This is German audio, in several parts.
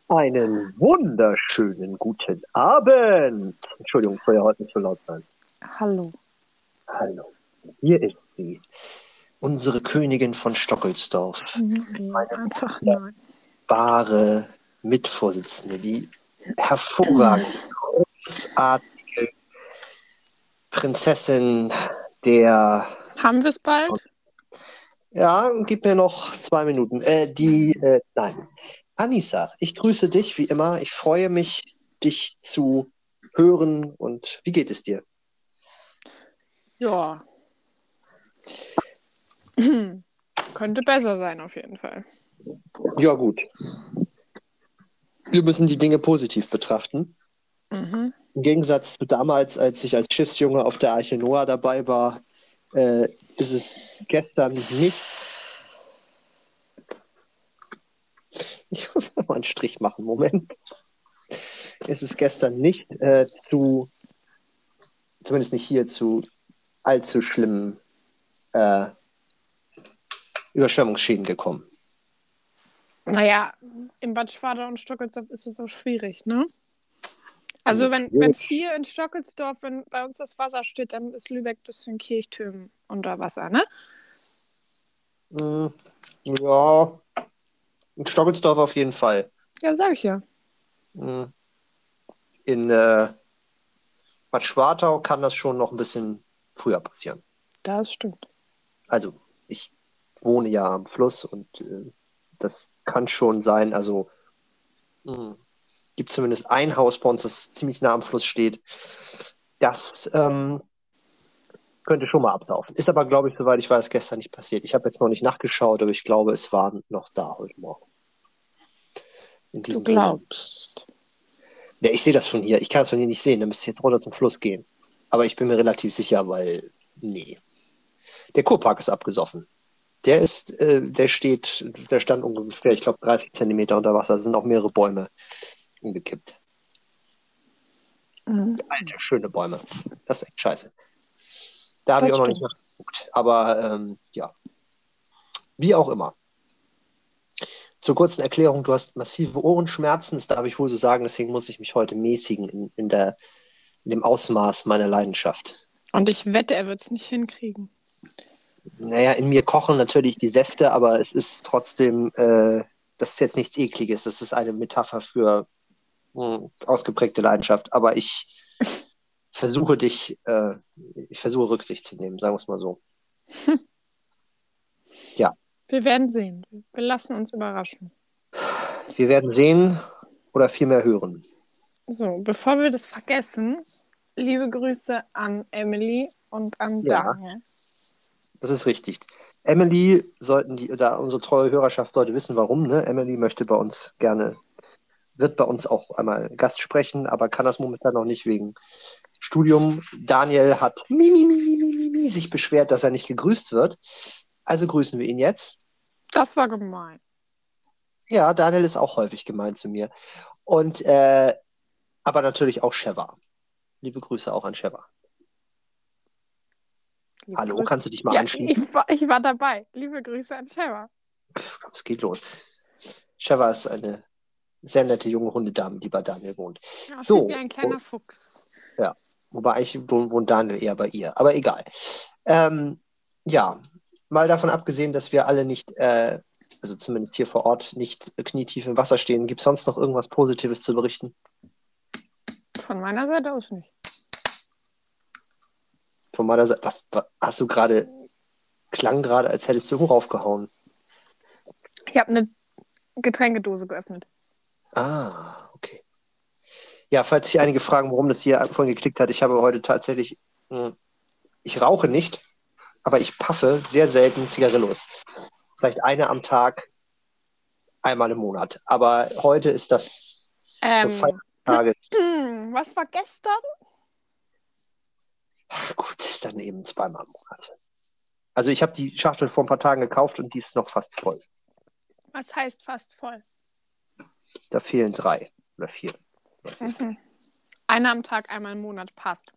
Einen wunderschönen guten Abend. Entschuldigung, soll ja heute nicht so laut sein. Hallo. Hallo, hier ist sie, unsere Königin von Stockelsdorf. Nein, einfach nein. Wahre Mitvorsitzende, die hervorragende, großartige Prinzessin der... Haben wir es bald? Ja, gib mir noch 2 Minuten. Nein. Anissa, ich grüße dich wie immer. Ich freue mich, dich zu hören. Und wie geht es dir? Ja. Könnte besser sein, auf jeden Fall. Ja, gut. Wir müssen die Dinge positiv betrachten. Mhm. Im Gegensatz zu damals, als ich als Schiffsjunge auf der Arche Noah dabei war, ist es gestern nicht. Ich muss noch mal einen Strich machen, Moment. Es ist gestern nicht zumindest nicht hier, zu allzu schlimmen Überschwemmungsschäden gekommen. Naja, in Bad Schwartau und Stockelsdorf ist es so schwierig, ne? Also wenn es hier in Stockelsdorf, wenn bei uns das Wasser steht, dann ist Lübeck bis zu den Kirchtürmen unter Wasser, ne? Ja, in Stockelsdorf auf jeden Fall. Ja, sag ich ja. In Bad Schwartau kann das schon noch ein bisschen früher passieren. Das stimmt. Also ich wohne ja am Fluss und das kann schon sein. Also gibt zumindest ein Haus bei uns, das ziemlich nah am Fluss steht. Das könnte schon mal ablaufen. Ist aber, glaube ich, soweit ich weiß, gestern nicht passiert. Ich habe jetzt noch nicht nachgeschaut, aber ich glaube, es waren noch da heute Morgen. In Du diesem glaubst. Sinne. Ja, ich sehe das von hier. Ich kann es von hier nicht sehen. Dann müsst ihr jetzt runter zum Fluss gehen. Aber ich bin mir relativ sicher, weil, nee. Der Kurpark ist abgesoffen. Der stand ungefähr, ich glaube, 30 Zentimeter unter Wasser. Es sind auch mehrere Bäume umgekippt. Alte, schöne Bäume. Das ist echt scheiße. Da habe ich auch noch nicht nachgeguckt. Aber ja. Wie auch immer. Zur kurzen Erklärung, du hast massive Ohrenschmerzen, das darf ich wohl so sagen, deswegen muss ich mich heute mäßigen in dem Ausmaß meiner Leidenschaft. Und ich wette, er wird es nicht hinkriegen. Naja, in mir kochen natürlich die Säfte, aber es ist trotzdem, das ist jetzt nichts Ekliges, das ist eine Metapher für ausgeprägte Leidenschaft, aber ich versuche Rücksicht zu nehmen, sagen wir es mal so. Ja. Wir werden sehen. Wir lassen uns überraschen. Wir werden sehen oder vielmehr hören. So, bevor wir das vergessen, liebe Grüße an Emily und an Daniel. Das ist richtig. Emily, unsere treue Hörerschaft sollte wissen, warum. Ne? Emily wird bei uns auch einmal Gast sprechen, aber kann das momentan noch nicht wegen Studium. Daniel hat sich beschwert, dass er nicht gegrüßt wird. Also grüßen wir ihn jetzt. Das war gemein. Ja, Daniel ist auch häufig gemein zu mir. Und aber natürlich auch Sheva. Liebe Grüße auch an Sheva. Hallo, Grüße. Kannst du dich mal anschließen? Ich war dabei. Liebe Grüße an Sheva. Es geht los. Sheva ist eine sehr nette junge Hundedame, die bei Daniel wohnt. Ja, so wie ein kleiner Fuchs. Ja, wobei eigentlich wohnt Daniel eher bei ihr, aber egal. Ja, mal davon abgesehen, dass wir alle nicht, also zumindest hier vor Ort, nicht knietief im Wasser stehen. Gibt es sonst noch irgendwas Positives zu berichten? Von meiner Seite aus nicht. Von meiner Seite, was hast du gerade, klang gerade, als hättest du raufgehauen. Ich habe eine Getränkedose geöffnet. Ah, okay. Ja, falls sich einige fragen, warum das hier vorhin geklickt hat, ich habe heute tatsächlich, ich rauche nicht, aber ich paffe sehr selten Zigarillos. Vielleicht eine am Tag, einmal im Monat. Aber heute ist das so Feiertages. Was war gestern? Gut, dann eben 2-mal im Monat. Also ich habe die Schachtel vor ein paar Tagen gekauft und die ist noch fast voll. Was heißt fast voll? Da fehlen 3 oder 4. Eine am Tag, einmal im Monat passt.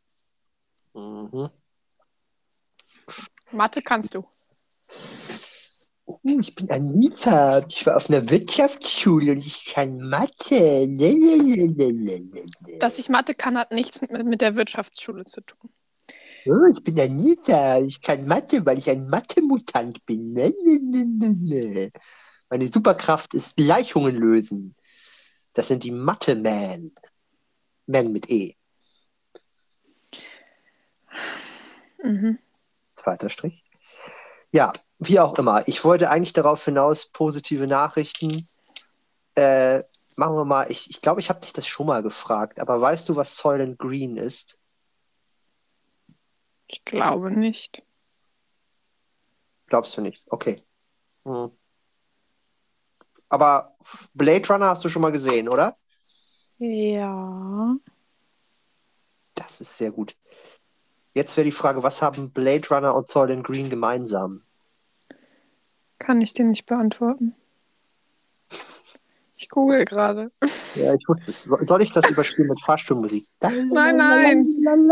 Mhm. Mathe kannst du. Ich bin Anita. Ich war auf einer Wirtschaftsschule und ich kann Mathe. Lalalala. Dass ich Mathe kann, hat nichts mit der Wirtschaftsschule zu tun. Oh, ich bin Anita. Ich kann Mathe, weil ich ein Mathe-Mutant bin. Lalalala. Meine Superkraft ist Gleichungen lösen. Das sind die Mathe-Man. Man mit E. Mhm. Zweiter Strich. Ja, wie auch immer. Ich wollte eigentlich darauf hinaus, positive Nachrichten. Machen wir mal, ich glaube, ich habe dich das schon mal gefragt, aber weißt du, was Soylent Green ist? Ich glaube nicht. Glaubst du nicht? Okay. Hm. Aber Blade Runner hast du schon mal gesehen, oder? Ja. Das ist sehr gut. Jetzt wäre die Frage, was haben Blade Runner und Soylent Green gemeinsam? Kann ich dir nicht beantworten. Ich google gerade. Ja, ich wusste es. Soll ich das überspielen mit Fahrstuhlmusik? Nein, nein.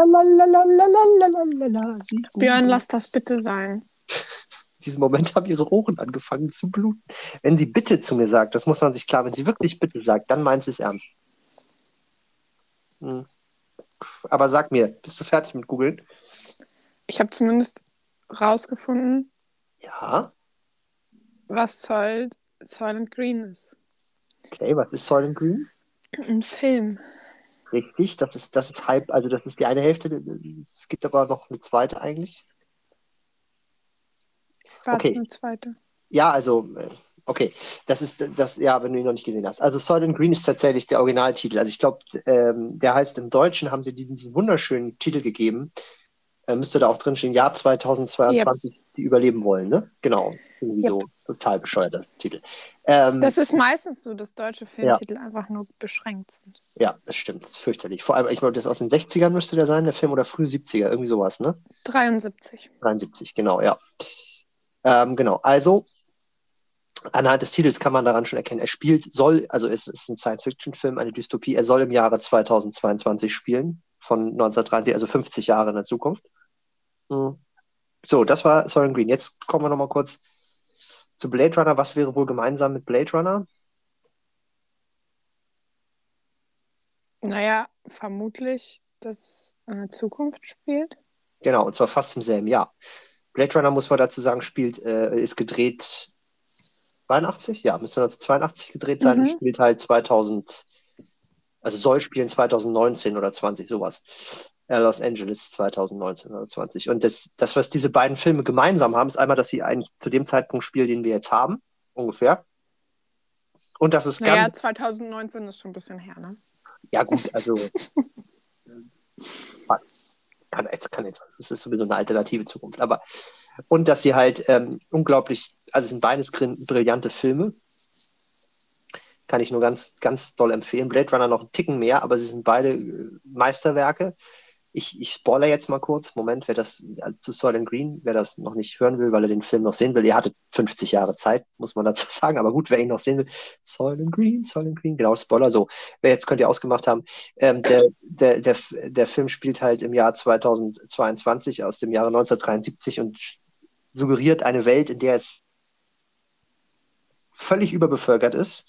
Björn, lass das bitte sein. In diesem Moment haben ihre Ohren angefangen zu bluten. Wenn sie bitte zu mir sagt, das muss man sich klar, wenn sie wirklich bitte sagt, dann meint sie es ernst. Hm. Aber sag mir, bist du fertig mit Googeln? Ich habe zumindest rausgefunden, Ja. was Soylent Green ist. Okay, was ist Soylent Green? Ein Film. Richtig, das ist halb, also das ist die eine Hälfte, es gibt aber noch eine zweite eigentlich. Was Okay, eine zweite? ja, also, okay, das ist das, ja, wenn du ihn noch nicht gesehen hast. Also Soylent Green ist tatsächlich der Originaltitel. Also ich glaube, der heißt im Deutschen, haben sie diesen wunderschönen Titel gegeben. Müsste da auch drinstehen, Jahr 2022, Yep. die überleben wollen, ne? Genau, irgendwie Yep. so total bescheuerter Titel. Das ist meistens so, dass deutsche Filmtitel einfach nur beschränkt sind. Ja, das stimmt, das ist fürchterlich. Vor allem, ich glaube, das aus den 60ern müsste der sein, der Film, oder früh 70er, irgendwie sowas, ne? 73. 73, genau, ja. Genau, also anhand des Titels kann man daran schon erkennen, also es ist ein Science-Fiction-Film, eine Dystopie, er soll im Jahre 2022 spielen, von 1930, also 50 Jahre in der Zukunft. So, das war Soylent Green. Jetzt kommen wir nochmal kurz zu Blade Runner. Was wäre wohl gemeinsam mit Blade Runner? Naja, vermutlich, dass es in der Zukunft spielt. Genau, und zwar fast im selben Jahr. Blade Runner, muss man dazu sagen, ist gedreht 82? Ja, müsste 1982 gedreht sein und spielt halt 2000, also soll spielen 2019 oder 20, sowas. Los Angeles 2019 oder 20. Und das, was diese beiden Filme gemeinsam haben, ist einmal, dass sie eigentlich zu dem Zeitpunkt spielen, den wir jetzt haben, ungefähr. Und das ist naja, 2019 ist schon ein bisschen her, ne? Ja, gut, also kann jetzt, es ist sowieso eine alternative Zukunft, aber und dass sie halt unglaublich, also es sind beides brillante Filme, kann ich nur ganz, ganz doll empfehlen. Blade Runner noch einen Ticken mehr, aber sie sind beide Meisterwerke. Ich spoilere jetzt mal kurz. Moment, also zu Soylent Green, wer das noch nicht hören will, weil er den Film noch sehen will, ihr hattet 50 Jahre Zeit, muss man dazu sagen, aber gut, wer ihn noch sehen will, Soylent Green, genau, Spoiler, so. Jetzt könnt ihr ausgemacht haben, der Film spielt halt im Jahr 2022 aus dem Jahre 1973 und suggeriert eine Welt, in der es völlig überbevölkert ist.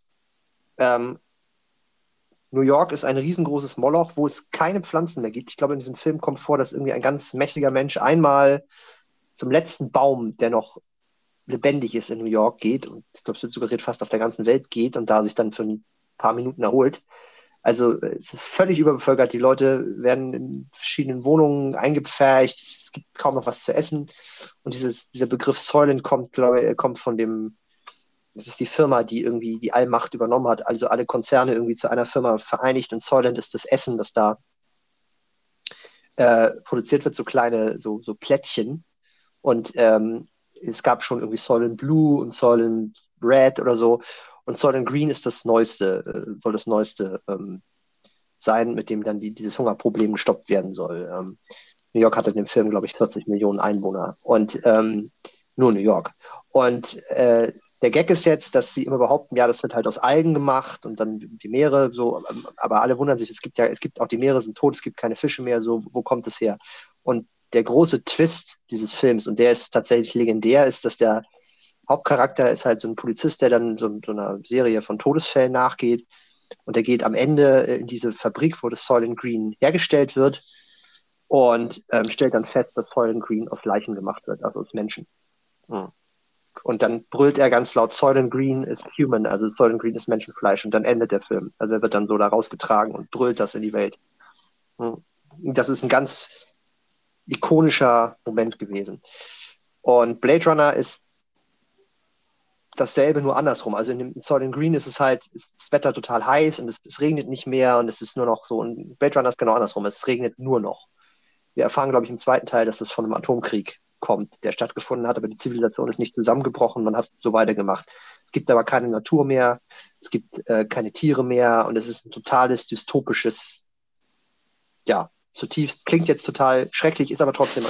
New York ist ein riesengroßes Moloch, wo es keine Pflanzen mehr gibt. Ich glaube, in diesem Film kommt vor, dass irgendwie ein ganz mächtiger Mensch einmal zum letzten Baum, der noch lebendig ist in New York, geht und ich glaube, es wird suggeriert, fast auf der ganzen Welt geht und da sich dann für ein paar Minuten erholt. Also es ist völlig überbevölkert. Die Leute werden in verschiedenen Wohnungen eingepfercht. Es gibt kaum noch was zu essen. Und dieser Begriff Soylent kommt von dem. Das ist die Firma, die irgendwie die Allmacht übernommen hat, also alle Konzerne irgendwie zu einer Firma vereinigt und Soylent ist das Essen, das da produziert wird, so kleine, so Plättchen. Und es gab schon irgendwie Soylent Blue und Soylent Red oder so. Und Soylent Green ist das Neueste, soll das Neueste sein, mit dem dann dieses Hungerproblem gestoppt werden soll. New York hatte in dem Film, glaube ich, 40 Millionen Einwohner. Und nur New York. Und der Gag ist jetzt, dass sie immer behaupten, ja, das wird halt aus Algen gemacht und dann die Meere so, aber alle wundern sich, es gibt auch die Meere sind tot, es gibt keine Fische mehr, so, wo kommt es her? Und der große Twist dieses Films, und der ist tatsächlich legendär, ist, dass der Hauptcharakter ist halt so ein Polizist, der dann so einer Serie von Todesfällen nachgeht. Und der geht am Ende in diese Fabrik, wo das Soylent Green hergestellt wird und stellt dann fest, dass Soylent Green aus Leichen gemacht wird, also aus Menschen. Mhm. Und dann brüllt er ganz laut, Soylent Green is human, also Soylent Green ist Menschenfleisch. Und dann endet der Film. Also er wird dann so da rausgetragen und brüllt das in die Welt. Mhm. Das ist ein ganz ikonischer Moment gewesen. Und Blade Runner ist dasselbe, nur andersrum. Also in Soylent Green ist es halt, ist das Wetter total heiß und es regnet nicht mehr und es ist nur noch so. Und Blade Runner ist genau andersrum. Es regnet nur noch. Wir erfahren, glaube ich, im zweiten Teil, dass das von einem Atomkrieg kommt, der stattgefunden hat, aber die Zivilisation ist nicht zusammengebrochen, man hat so weitergemacht. Es gibt aber keine Natur mehr, es gibt keine Tiere mehr und es ist ein totales dystopisches, ja, zutiefst, klingt jetzt total schrecklich, ist aber trotzdem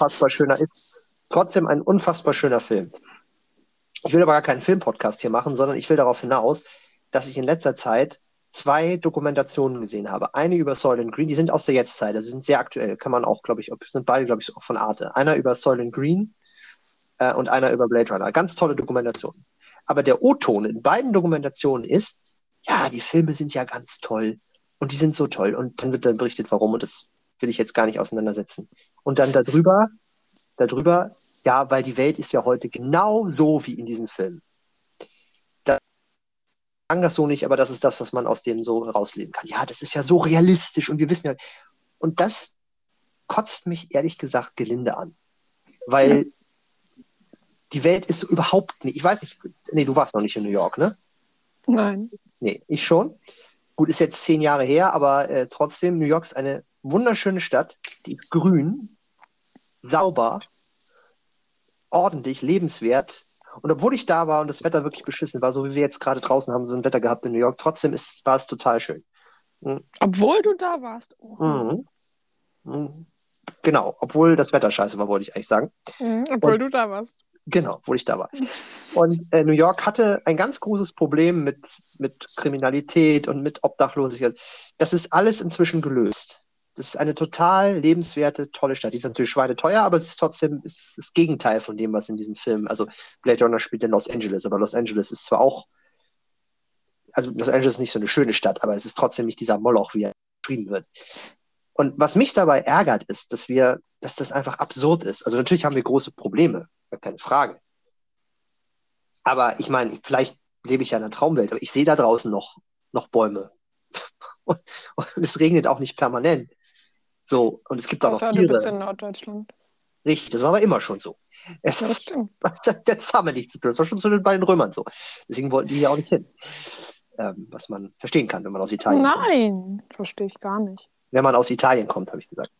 ein unfassbar schöner Film. Ich will aber gar keinen Filmpodcast hier machen, sondern ich will darauf hinaus, dass ich in letzter Zeit 2 Dokumentationen gesehen habe. Eine über Soylent Green, die sind aus der Jetztzeit, also sind sehr aktuell, kann man auch, glaube ich, sind beide, glaube ich, auch von Arte. Einer über Soylent Green und einer über Blade Runner. Ganz tolle Dokumentation. Aber der O-Ton in beiden Dokumentationen ist, ja, die Filme sind ja ganz toll und die sind so toll. Und dann wird dann berichtet, warum, und das will ich jetzt gar nicht auseinandersetzen. Und dann darüber, ja, weil die Welt ist ja heute genau so wie in diesem Film. Sagen das so nicht, aber das ist das, was man aus dem so rauslesen kann. Ja, das ist ja so realistisch und wir wissen ja. Und das kotzt mich ehrlich gesagt gelinde an. Weil die Welt ist so überhaupt nicht. Ich weiß nicht, nee, du warst noch nicht in New York, ne? Nein. Nee, ich schon. Gut, ist jetzt 10 Jahre her, aber trotzdem, New York ist eine wunderschöne Stadt. Die ist grün, sauber, ordentlich, lebenswert. Und obwohl ich da war und das Wetter wirklich beschissen war, so wie wir jetzt gerade draußen haben, so ein Wetter gehabt in New York, trotzdem war es total schön. Mhm. Obwohl du da warst. Oh. Mhm. Mhm. Genau, obwohl das Wetter scheiße war, wollte ich eigentlich sagen. Obwohl du da warst. Genau, obwohl ich da war. Und New York hatte ein ganz großes Problem mit Kriminalität und mit Obdachlosigkeit. Das ist alles inzwischen gelöst. Das ist eine total lebenswerte, tolle Stadt. Die ist natürlich schweineteuer, aber es ist trotzdem das Gegenteil von dem, was in diesem Film, also Blade Runner spielt in Los Angeles, aber Los Angeles ist zwar auch, also Los Angeles ist nicht so eine schöne Stadt, aber es ist trotzdem nicht dieser Moloch, wie er beschrieben wird. Und was mich dabei ärgert, ist, dass das einfach absurd ist. Also natürlich haben wir große Probleme, keine Frage. Aber ich meine, vielleicht lebe ich ja in einer Traumwelt, aber ich sehe da draußen noch Bäume. Und es regnet auch nicht permanent. So, und es gibt auch noch Außer Tiere. du bist in Norddeutschland. Richtig, das war aber immer schon so. Das stimmt. Das haben wir nicht zu tun. Das war schon bei den Römern so. Deswegen wollten die hier auch nicht hin. Was man verstehen kann, wenn man aus Italien kommt. Nein, verstehe ich gar nicht. Wenn man aus Italien kommt, habe ich gesagt.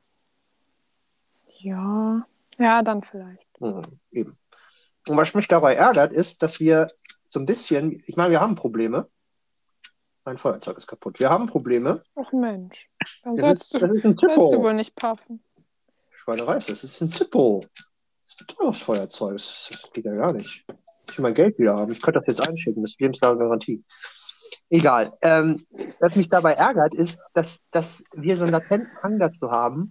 Ja, dann vielleicht. Eben. Und was mich dabei ärgert, ist, dass wir so ein bisschen, ich meine, wir haben Probleme. Mein Feuerzeug ist kaputt. Wir haben Probleme. Ach Mensch, dann Das ist ein sollst du wohl nicht puffen. Schweinerei, das ist ein Zippo. Das ist ein teures Feuerzeug. Das geht ja gar nicht. Ich will mein Geld wieder haben. Ich könnte das jetzt einschicken. Das ist lebenslange Garantie. Egal. Was mich dabei ärgert, ist, dass wir so einen latenten Hang dazu haben,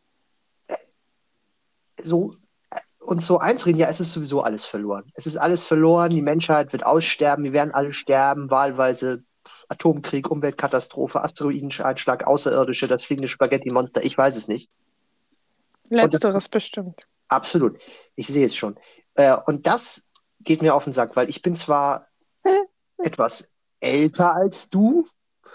uns so einzureden, ja, es ist sowieso alles verloren. Es ist alles verloren, die Menschheit wird aussterben, wir werden alle sterben, wahlweise Atomkrieg, Umweltkatastrophe, Asteroideneinschlag, Außerirdische, das fliegende Spaghetti-Monster, ich weiß es nicht. Letzteres bestimmt. Absolut. Ich sehe es schon. Und das geht mir auf den Sack, weil ich bin zwar etwas älter als du,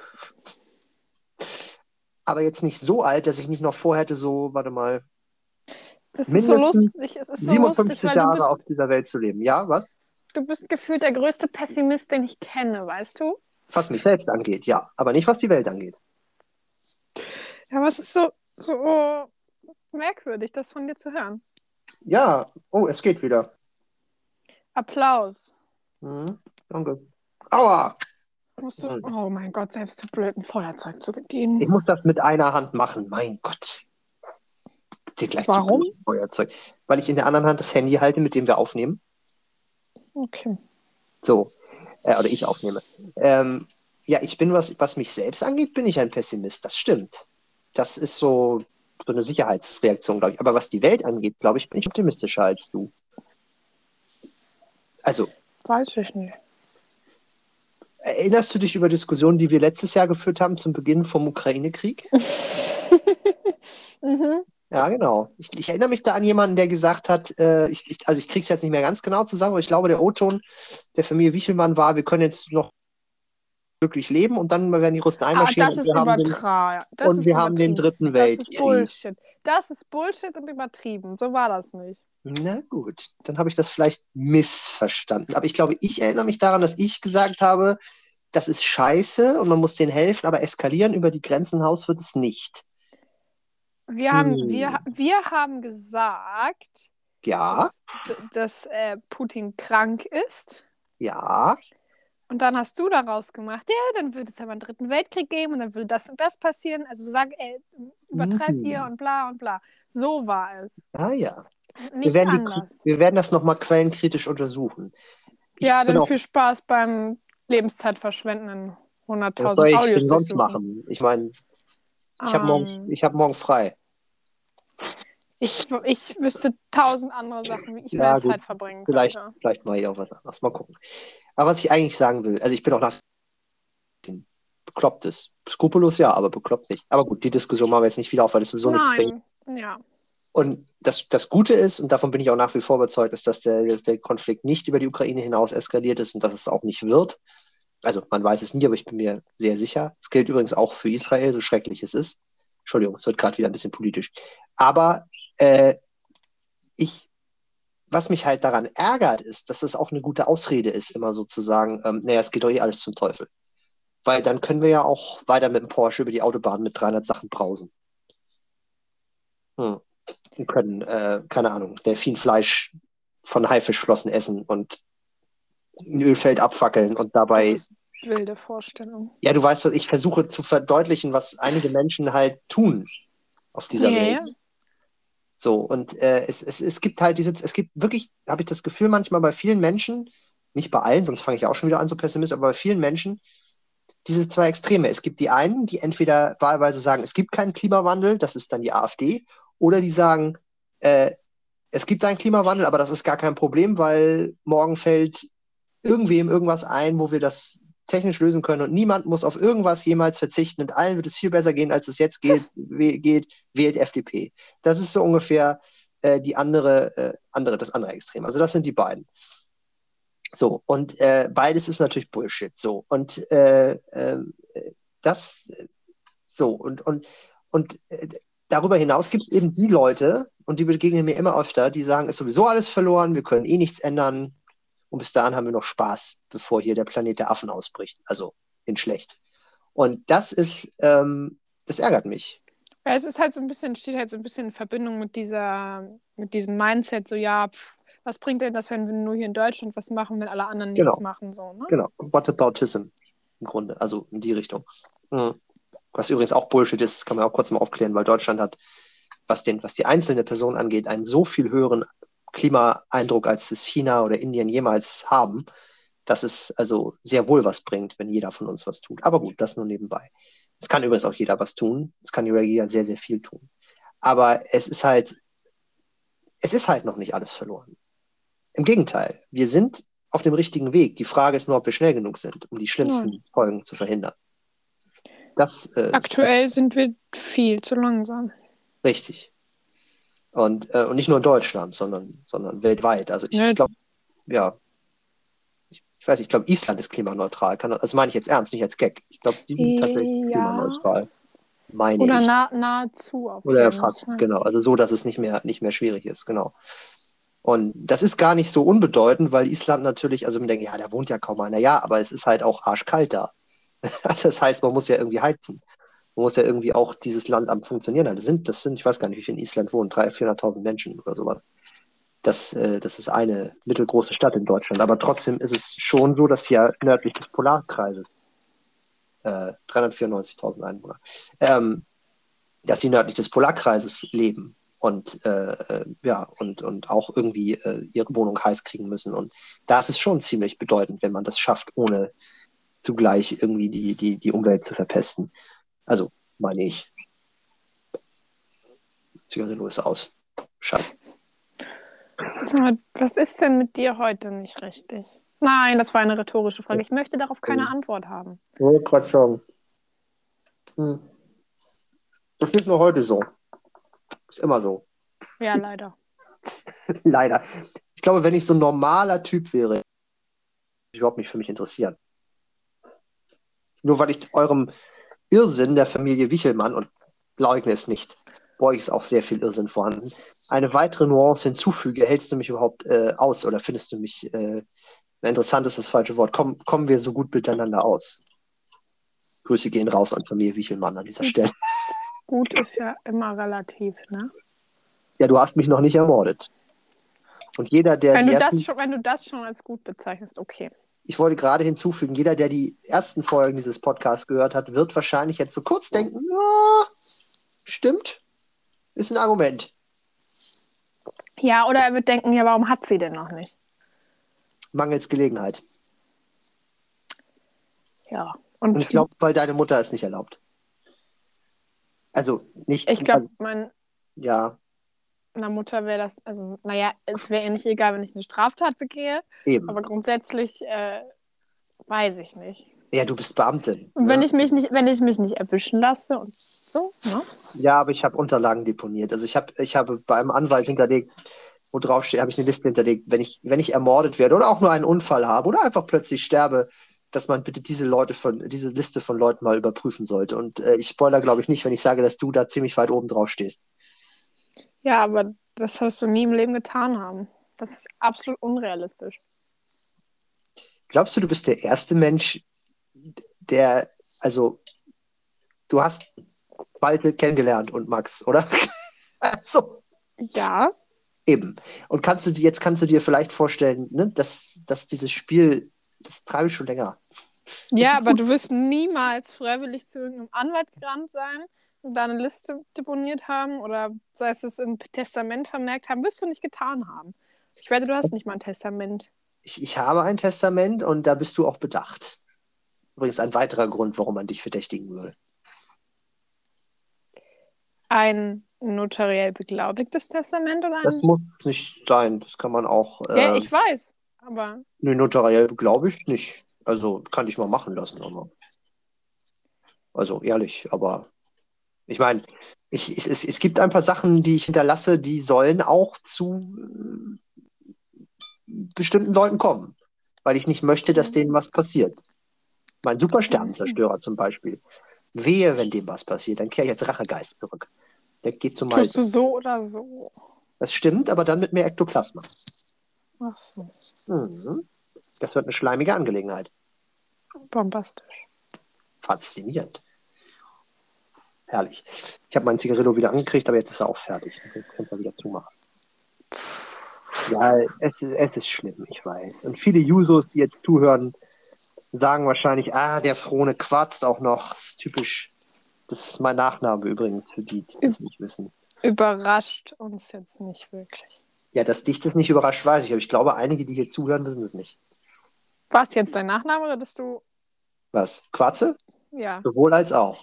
aber jetzt nicht so alt, dass ich nicht noch vorhätte, so, warte mal, das ist so lustig. Es ist so 57 lustig, Jahre auf dieser Welt zu leben. Ja, was? Du bist gefühlt der größte Pessimist, den ich kenne, weißt du? Was mich selbst angeht, ja. Aber nicht, was die Welt angeht. Ja, aber es ist so merkwürdig, das von dir zu hören. Ja, oh, es geht wieder. Applaus. Danke. Aua! Oh mein Gott, selbst zu blöd, ein Feuerzeug zu bedienen. Ich muss das mit einer Hand machen, mein Gott. Warum? Feuerzeug. Weil ich in der anderen Hand das Handy halte, mit dem wir aufnehmen. Okay. So. Oder ich aufnehme. Ja, ich bin, was mich selbst angeht, bin ich ein Pessimist. Das stimmt. Das ist so eine Sicherheitsreaktion, glaube ich. Aber was die Welt angeht, glaube ich, bin ich optimistischer als du. Also, Weiß ich nicht. erinnerst du dich über Diskussionen, die wir letztes Jahr geführt haben zum Beginn vom Ukraine-Krieg? Mhm. Ja, genau. Ich erinnere mich da an jemanden, der gesagt hat, also ich kriege es jetzt nicht mehr ganz genau zusammen, aber ich glaube, der O-Ton der Familie Wichelmann war, wir können jetzt noch glücklich leben und dann werden die Russen einmarschieren Das ist und wir haben den übertrieben. Dritten Das ist Weltkrieg. Bullshit. Das ist Bullshit und übertrieben. So war das nicht. Na gut, dann habe ich das vielleicht missverstanden. Aber ich glaube, ich erinnere mich daran, dass ich gesagt habe, das ist scheiße und man muss denen helfen, aber eskalieren über die Grenzen hinaus wird es nicht. Wir haben gesagt, Ja, dass Putin krank ist. ja. Und dann hast du daraus gemacht, ja, dann würde es aber einen dritten Weltkrieg geben und dann würde das und das passieren. Also sag, übertreibt ihr Mhm. und bla und bla. So war es. Ah ja. Nicht anders. Wir werden das nochmal quellenkritisch untersuchen. Ich Ja, bin dann auch, viel Spaß beim Lebenszeit verschwenden. was soll 100.000 ich denn Audios sonst durchsuchen. machen? Ich meine, Ähm, ich hab morgen frei. ich wüsste 1000 andere Sachen, wie ich Ja, meine gut. Zeit verbringen könnte. Vielleicht mache ich auch was anderes. Mal gucken. Aber was ich eigentlich sagen will, also ich bin auch nach bekloppt ist. Skrupellos ja, aber bekloppt nicht. Aber gut, die Diskussion machen wir jetzt nicht wieder auf, weil das sowieso nichts bringt. Nein, ja. Und das Gute ist, und davon bin ich auch nach wie vor überzeugt, ist, dass der Konflikt nicht über die Ukraine hinaus eskaliert ist und dass es auch nicht wird. Also man weiß es nie, aber ich bin mir sehr sicher. Es gilt übrigens auch für Israel, so schrecklich es ist. Entschuldigung, es wird gerade wieder ein bisschen politisch. Aber was mich halt daran ärgert, ist, dass es auch eine gute Ausrede ist, immer so zu sagen, naja, es geht doch eh alles zum Teufel. Weil dann können wir ja auch weiter mit dem Porsche über die Autobahn mit 300 Sachen brausen. Und können, keine Ahnung, Delfinfleisch von Haifischflossen essen und ein Ölfeld abfackeln und Du dabei, hast wilde Vorstellungen. ja, du weißt, was ich versuche zu verdeutlichen, was einige Menschen halt tun auf dieser Ja, Welt. ja. So, und es gibt halt es gibt wirklich, habe ich das Gefühl, manchmal bei vielen Menschen, nicht bei allen, sonst fange ich auch schon wieder an, so pessimistisch, aber bei vielen Menschen, diese zwei Extreme. Es gibt die einen, die entweder wahlweise sagen, es gibt keinen Klimawandel, das ist dann die AfD, oder die sagen, es gibt einen Klimawandel, aber das ist gar kein Problem, weil morgen fällt irgendwem irgendwas ein, wo wir das technisch lösen können und niemand muss auf irgendwas jemals verzichten und allen wird es viel besser gehen, als es jetzt geht, wählt FDP. Das ist so ungefähr das andere Extrem. Also das sind die beiden. So, und beides ist natürlich Bullshit. So, und das, so, und darüber hinaus gibt es eben die Leute, und die begegnen mir immer öfter, die sagen, es ist sowieso alles verloren, wir können eh nichts ändern. Und bis dahin haben wir noch Spaß, bevor hier der Planet der Affen ausbricht. Also in schlecht. Und das ärgert mich. Ja, es ist halt so ein bisschen, steht halt so ein bisschen in Verbindung mit mit diesem Mindset, so ja, was bringt denn das, wenn wir nur hier in Deutschland was machen, wenn alle anderen nichts Genau, machen, so, ne? genau. Whataboutism im Grunde, also in die Richtung. Was übrigens auch Bullshit ist, kann man auch kurz mal aufklären, weil Deutschland hat, was die einzelne Person angeht, einen so viel höheren Klimaeindruck, als es China oder Indien jemals haben, dass es also sehr wohl was bringt, wenn jeder von uns was tut. Aber gut, das nur nebenbei. Es kann übrigens auch jeder was tun. Es kann jeder sehr, sehr viel tun. Aber es ist halt noch nicht alles verloren. Im Gegenteil, wir sind auf dem richtigen Weg. Die Frage ist nur, ob wir schnell genug sind, um die schlimmsten Nein. Folgen zu verhindern. Das Aktuell sind wir viel zu langsam. richtig. Und nicht nur in Deutschland, sondern weltweit. Also ich Ne? glaube, ja, ich weiß nicht, ich glaube, Island ist klimaneutral. Das meine ich jetzt ernst, nicht als Gag. Ich glaube, die sind tatsächlich Ja. klimaneutral, meine Oder ich. nahezu auf Oder jeden fast, Fall. genau. Also so, dass es nicht mehr schwierig ist, genau. Und das ist gar nicht so unbedeutend, weil Island natürlich, also man denkt, ja, da wohnt ja kaum einer. Ja, aber es ist halt auch arschkalt da. Das heißt, man muss ja irgendwie heizen. Man muss ja irgendwie auch dieses Land am Funktionieren halten. Das sind, ich weiß gar nicht, wie viele in Island wohnen, 300.000, 400.000 Menschen oder sowas. Das ist eine mittelgroße Stadt in Deutschland. Aber trotzdem ist es schon so, dass hier nördlich des Polarkreises 394.000 Einwohner, dass sie nördlich des Polarkreises leben und und auch irgendwie ihre Wohnung heiß kriegen müssen. Und das ist schon ziemlich bedeutend, wenn man das schafft, ohne zugleich irgendwie die Umwelt zu verpesten. Also, meine ich. Zigarillo ist aus. Scheiße. Sag mal, was ist denn mit dir heute nicht richtig? Nein, das war eine rhetorische Frage. Ich möchte darauf keine Antwort haben. Ja, Quatsch schon. Hm. Das ist nur heute so. Ist immer so. Ja, leider. Leider. Ich glaube, wenn ich so ein normaler Typ wäre, würde ich überhaupt nicht für mich interessieren. Nur weil ich eurem Irrsinn der Familie Wichelmann, und leugne es nicht, bei euch ist auch sehr viel Irrsinn vorhanden, eine weitere Nuance hinzufüge, hältst du mich überhaupt aus oder findest du mich, interessant ist das falsche Wort, kommen wir so gut miteinander aus? Grüße gehen raus an Familie Wichelmann an dieser Stelle. Gut ist ja immer relativ, ne? Ja, du hast mich noch nicht ermordet. Und jeder, der die ersten, Wenn du das schon als gut bezeichnest, okay. ich wollte gerade hinzufügen, jeder, der die ersten Folgen dieses Podcasts gehört hat, wird wahrscheinlich jetzt so kurz denken, ja, stimmt, ist ein Argument. Ja, oder er wird denken, ja, warum hat sie denn noch nicht? Mangels Gelegenheit. Ja. Und ich glaube, weil deine Mutter es nicht erlaubt. Also nicht. Ich glaube, Also, meiner ja, Mutter wäre das, also, naja, es wäre ihr nicht egal, wenn ich eine Straftat begehe, eben. aber grundsätzlich weiß ich nicht. Ja, du bist Beamtin. Und Ne? wenn ich mich nicht erwischen lasse und so, ne? Ja, aber ich habe Unterlagen deponiert. Also ich habe bei einem Anwalt hinterlegt, wo drauf steht, habe ich eine Liste hinterlegt, wenn ich ermordet werde oder auch nur einen Unfall habe oder einfach plötzlich sterbe, dass man bitte diese Liste von Leuten mal überprüfen sollte. Und ich spoiler, glaube ich, nicht, wenn ich sage, dass du da ziemlich weit oben drauf stehst. Ja, aber das wirst du nie im Leben getan haben. Das ist absolut unrealistisch. Glaubst du, du bist der erste Mensch, der, also, du hast Malte kennengelernt und Max, oder? Also, Ja. eben. Und jetzt kannst du dir vielleicht vorstellen, ne, dass dieses Spiel, das treibe ich schon länger. Das Ja, ist aber gut. du wirst niemals freiwillig zu irgendeinem Anwalt gerannt sein und da eine Liste deponiert haben oder sei es im Testament vermerkt haben, wirst du nicht getan haben. Ich wette, du hast nicht mal ein Testament. Ich habe ein Testament und da bist du auch bedacht. Übrigens ein weiterer Grund, warum man dich verdächtigen will. Ein notariell beglaubigtes Testament oder Das ein. muss nicht sein. Das kann man auch. Ja, ich weiß, aber. Nee, notariell glaube ich nicht. Also kann ich mal machen lassen, aber. Also ehrlich, aber ich meine, es gibt ein paar Sachen, die ich hinterlasse, die sollen auch zu bestimmten Leuten kommen. Weil ich nicht möchte, dass denen was passiert. Mein Supersternenzerstörer zum Beispiel. Wehe, wenn dem was passiert, dann kehre ich als Rachegeist zurück. Der geht zum Tust Malte. du so oder so? Das stimmt, aber dann mit mehr Ektoplasma. Ach so. Mhm. Das wird eine schleimige Angelegenheit. Bombastisch. Faszinierend. Herrlich. Ich habe meinen Zigarillo wieder angekriegt, aber jetzt ist er auch fertig. Jetzt kannst du wieder zumachen. Ja, es ist schlimm, ich weiß. Und viele Jusos, die jetzt zuhören, sagen wahrscheinlich, der Frone quatzt auch noch. Das ist typisch. Das ist mein Nachname übrigens, für die, die das nicht wissen. Überrascht uns jetzt nicht wirklich. Ja, dass dich das nicht überrascht, weiß ich. Aber ich glaube, einige, die hier zuhören, wissen es nicht. War es jetzt dein Nachname oder bist du. Was? Quatze? Ja. Sowohl als auch.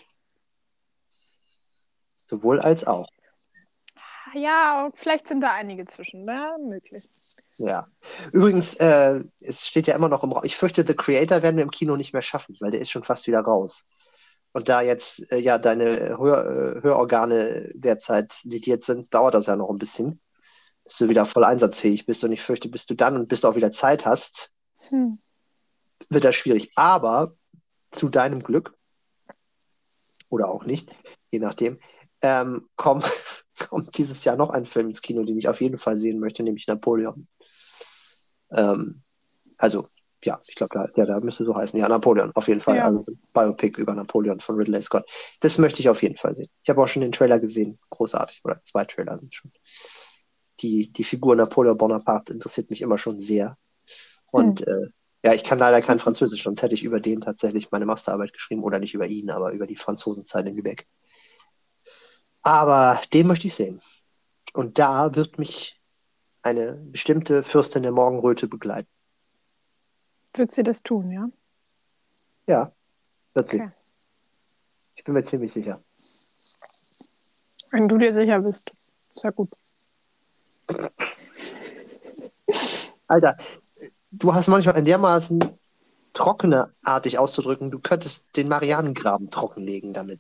Sowohl als auch. Ja, vielleicht sind da einige zwischen. Ja, möglich. Ja. Übrigens, es steht ja immer noch im Raum. Ich fürchte, The Creator werden wir im Kino nicht mehr schaffen, weil der ist schon fast wieder raus. Und da jetzt ja deine Hörorgane derzeit lidiert sind, dauert das ja noch ein bisschen, bis du wieder voll einsatzfähig bist. Und ich fürchte, bis du dann und bis du auch wieder Zeit hast, wird das schwierig. Aber zu deinem Glück, oder auch nicht, je nachdem, kommt dieses Jahr noch ein Film ins Kino, den ich auf jeden Fall sehen möchte, nämlich Napoleon. Also, ja, ich glaube, da müsste so heißen. Ja, Napoleon, auf jeden Fall. Ja. Also Biopic über Napoleon von Ridley Scott. Das möchte ich auf jeden Fall sehen. Ich habe auch schon den Trailer gesehen. Großartig. Oder 2 Trailer sind schon. Die Figur Napoleon Bonaparte interessiert mich immer schon sehr. Und ja, ich kann leider kein Französisch, sonst hätte ich über den tatsächlich meine Masterarbeit geschrieben. Oder nicht über ihn, aber über die Franzosenzeit in Lübeck. Aber den möchte ich sehen. Und da wird mich eine bestimmte Fürstin der Morgenröte begleiten. Wird sie das tun, ja? Ja, wird sie. Okay. Ich bin mir ziemlich sicher. Wenn du dir sicher bist. Ist ja gut. Alter, du hast manchmal in dermaßen trockeneartig auszudrücken, du könntest den Marianengraben trockenlegen damit.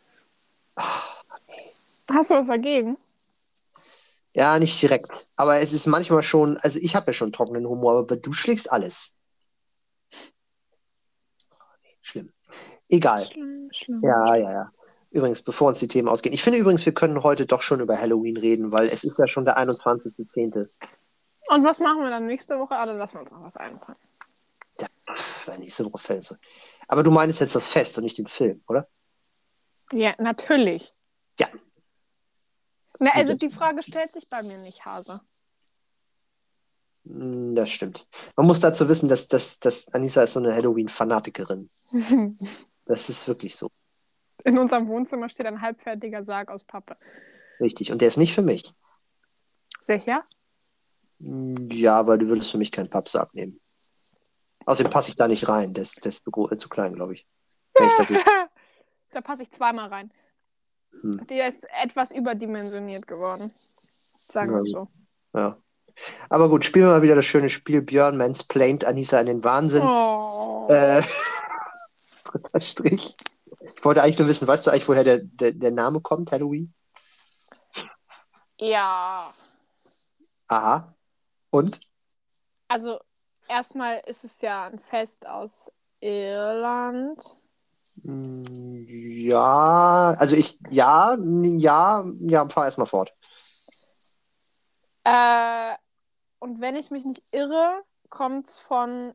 Hast du was dagegen? Ja, nicht direkt. Aber es ist manchmal schon, also ich habe ja schon trockenen Humor, aber du schlägst alles. Schlimm. Egal. Schlimm. Ja. Übrigens, bevor uns die Themen ausgehen. Ich finde übrigens, wir können heute doch schon über Halloween reden, weil es ist ja schon der 21.10. Und was machen wir dann nächste Woche? Dann lassen wir uns noch was einfallen. Ja, nächste Woche fällt so. Aber du meinst jetzt das Fest und nicht den Film, oder? Ja, natürlich. Ja. Na, also die Frage stellt sich bei mir nicht, Hase. Das stimmt. Man muss dazu wissen, dass Anissa ist so eine Halloween-Fanatikerin. Das ist wirklich so. In unserem Wohnzimmer steht ein halbfertiger Sarg aus Pappe. Richtig. Und der ist nicht für mich. Sicher? Ja, aber du würdest für mich keinen Pappsarg nehmen. Außerdem passe ich da nicht rein. Der ist zu klein, glaube ich. Wenn ich das so... Da passe ich zweimal rein. Der ist etwas überdimensioniert geworden. Sagen wir es so. Ja. Aber gut, spielen wir mal wieder das schöne Spiel. Björn mansplaint Anissa in den Wahnsinn. Oh. Dritter Strich. Ich wollte eigentlich nur wissen, weißt du eigentlich, woher der Name kommt, Halloween? Ja. Aha. Und? Also, erstmal ist es ja ein Fest aus Irland. Ja, also fahr erstmal fort. Und wenn ich mich nicht irre, kommt es von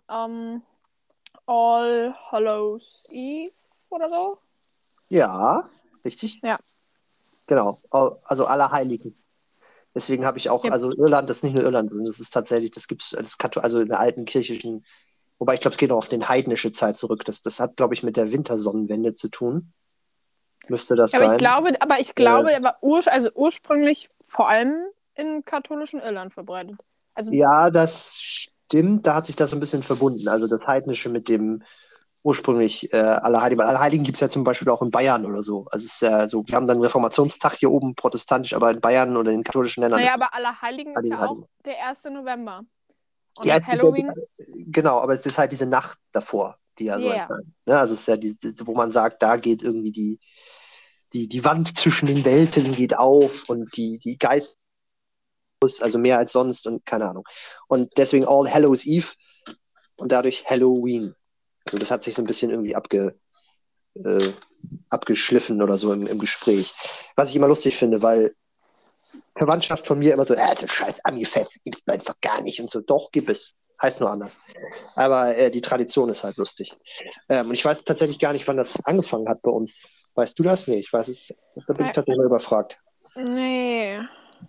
All Hallows Eve oder so. Ja, richtig? Ja. Genau, also Allerheiligen. Deswegen habe ich auch, also Irland, das ist nicht nur Irland, sondern das ist tatsächlich, also in der alten kirchlichen, wobei ich glaube, es geht noch auf den heidnische Zeit zurück. Das hat, glaube ich, mit der Wintersonnenwende zu tun. Müsste das sein. Ich glaube, er war ursprünglich vor allem in katholischen Irland verbreitet. Also, ja, das stimmt, da hat sich das ein bisschen verbunden. Also das Heidnische mit dem ursprünglich Allerheiligen. Weil Allerheiligen gibt es ja zum Beispiel auch in Bayern oder so. Also es ist ja so, wir haben dann Reformationstag hier oben protestantisch, aber in Bayern oder in katholischen Ländern. Naja, aber Allerheiligen ist ja auch der 1. November. Und ja, Halloween. Genau, aber es ist halt diese Nacht davor, die ja so sein. Ja, also es ist ja wo man sagt, da geht irgendwie die Wand zwischen den Welten geht auf und die Geist, also mehr als sonst und keine Ahnung. Und deswegen All Hallows Eve und dadurch Halloween. Also das hat sich so ein bisschen irgendwie abgeschliffen oder so im Gespräch. Was ich immer lustig finde, weil Verwandtschaft von mir immer so, das scheiß Ami-Fest gibt es einfach gar nicht und so. Doch, gibt es. Heißt nur anders. Aber die Tradition ist halt lustig. Und ich weiß tatsächlich gar nicht, wann das angefangen hat bei uns. Weißt du das? Nee, ich weiß es. Da bin ich tatsächlich mal überfragt. Nee.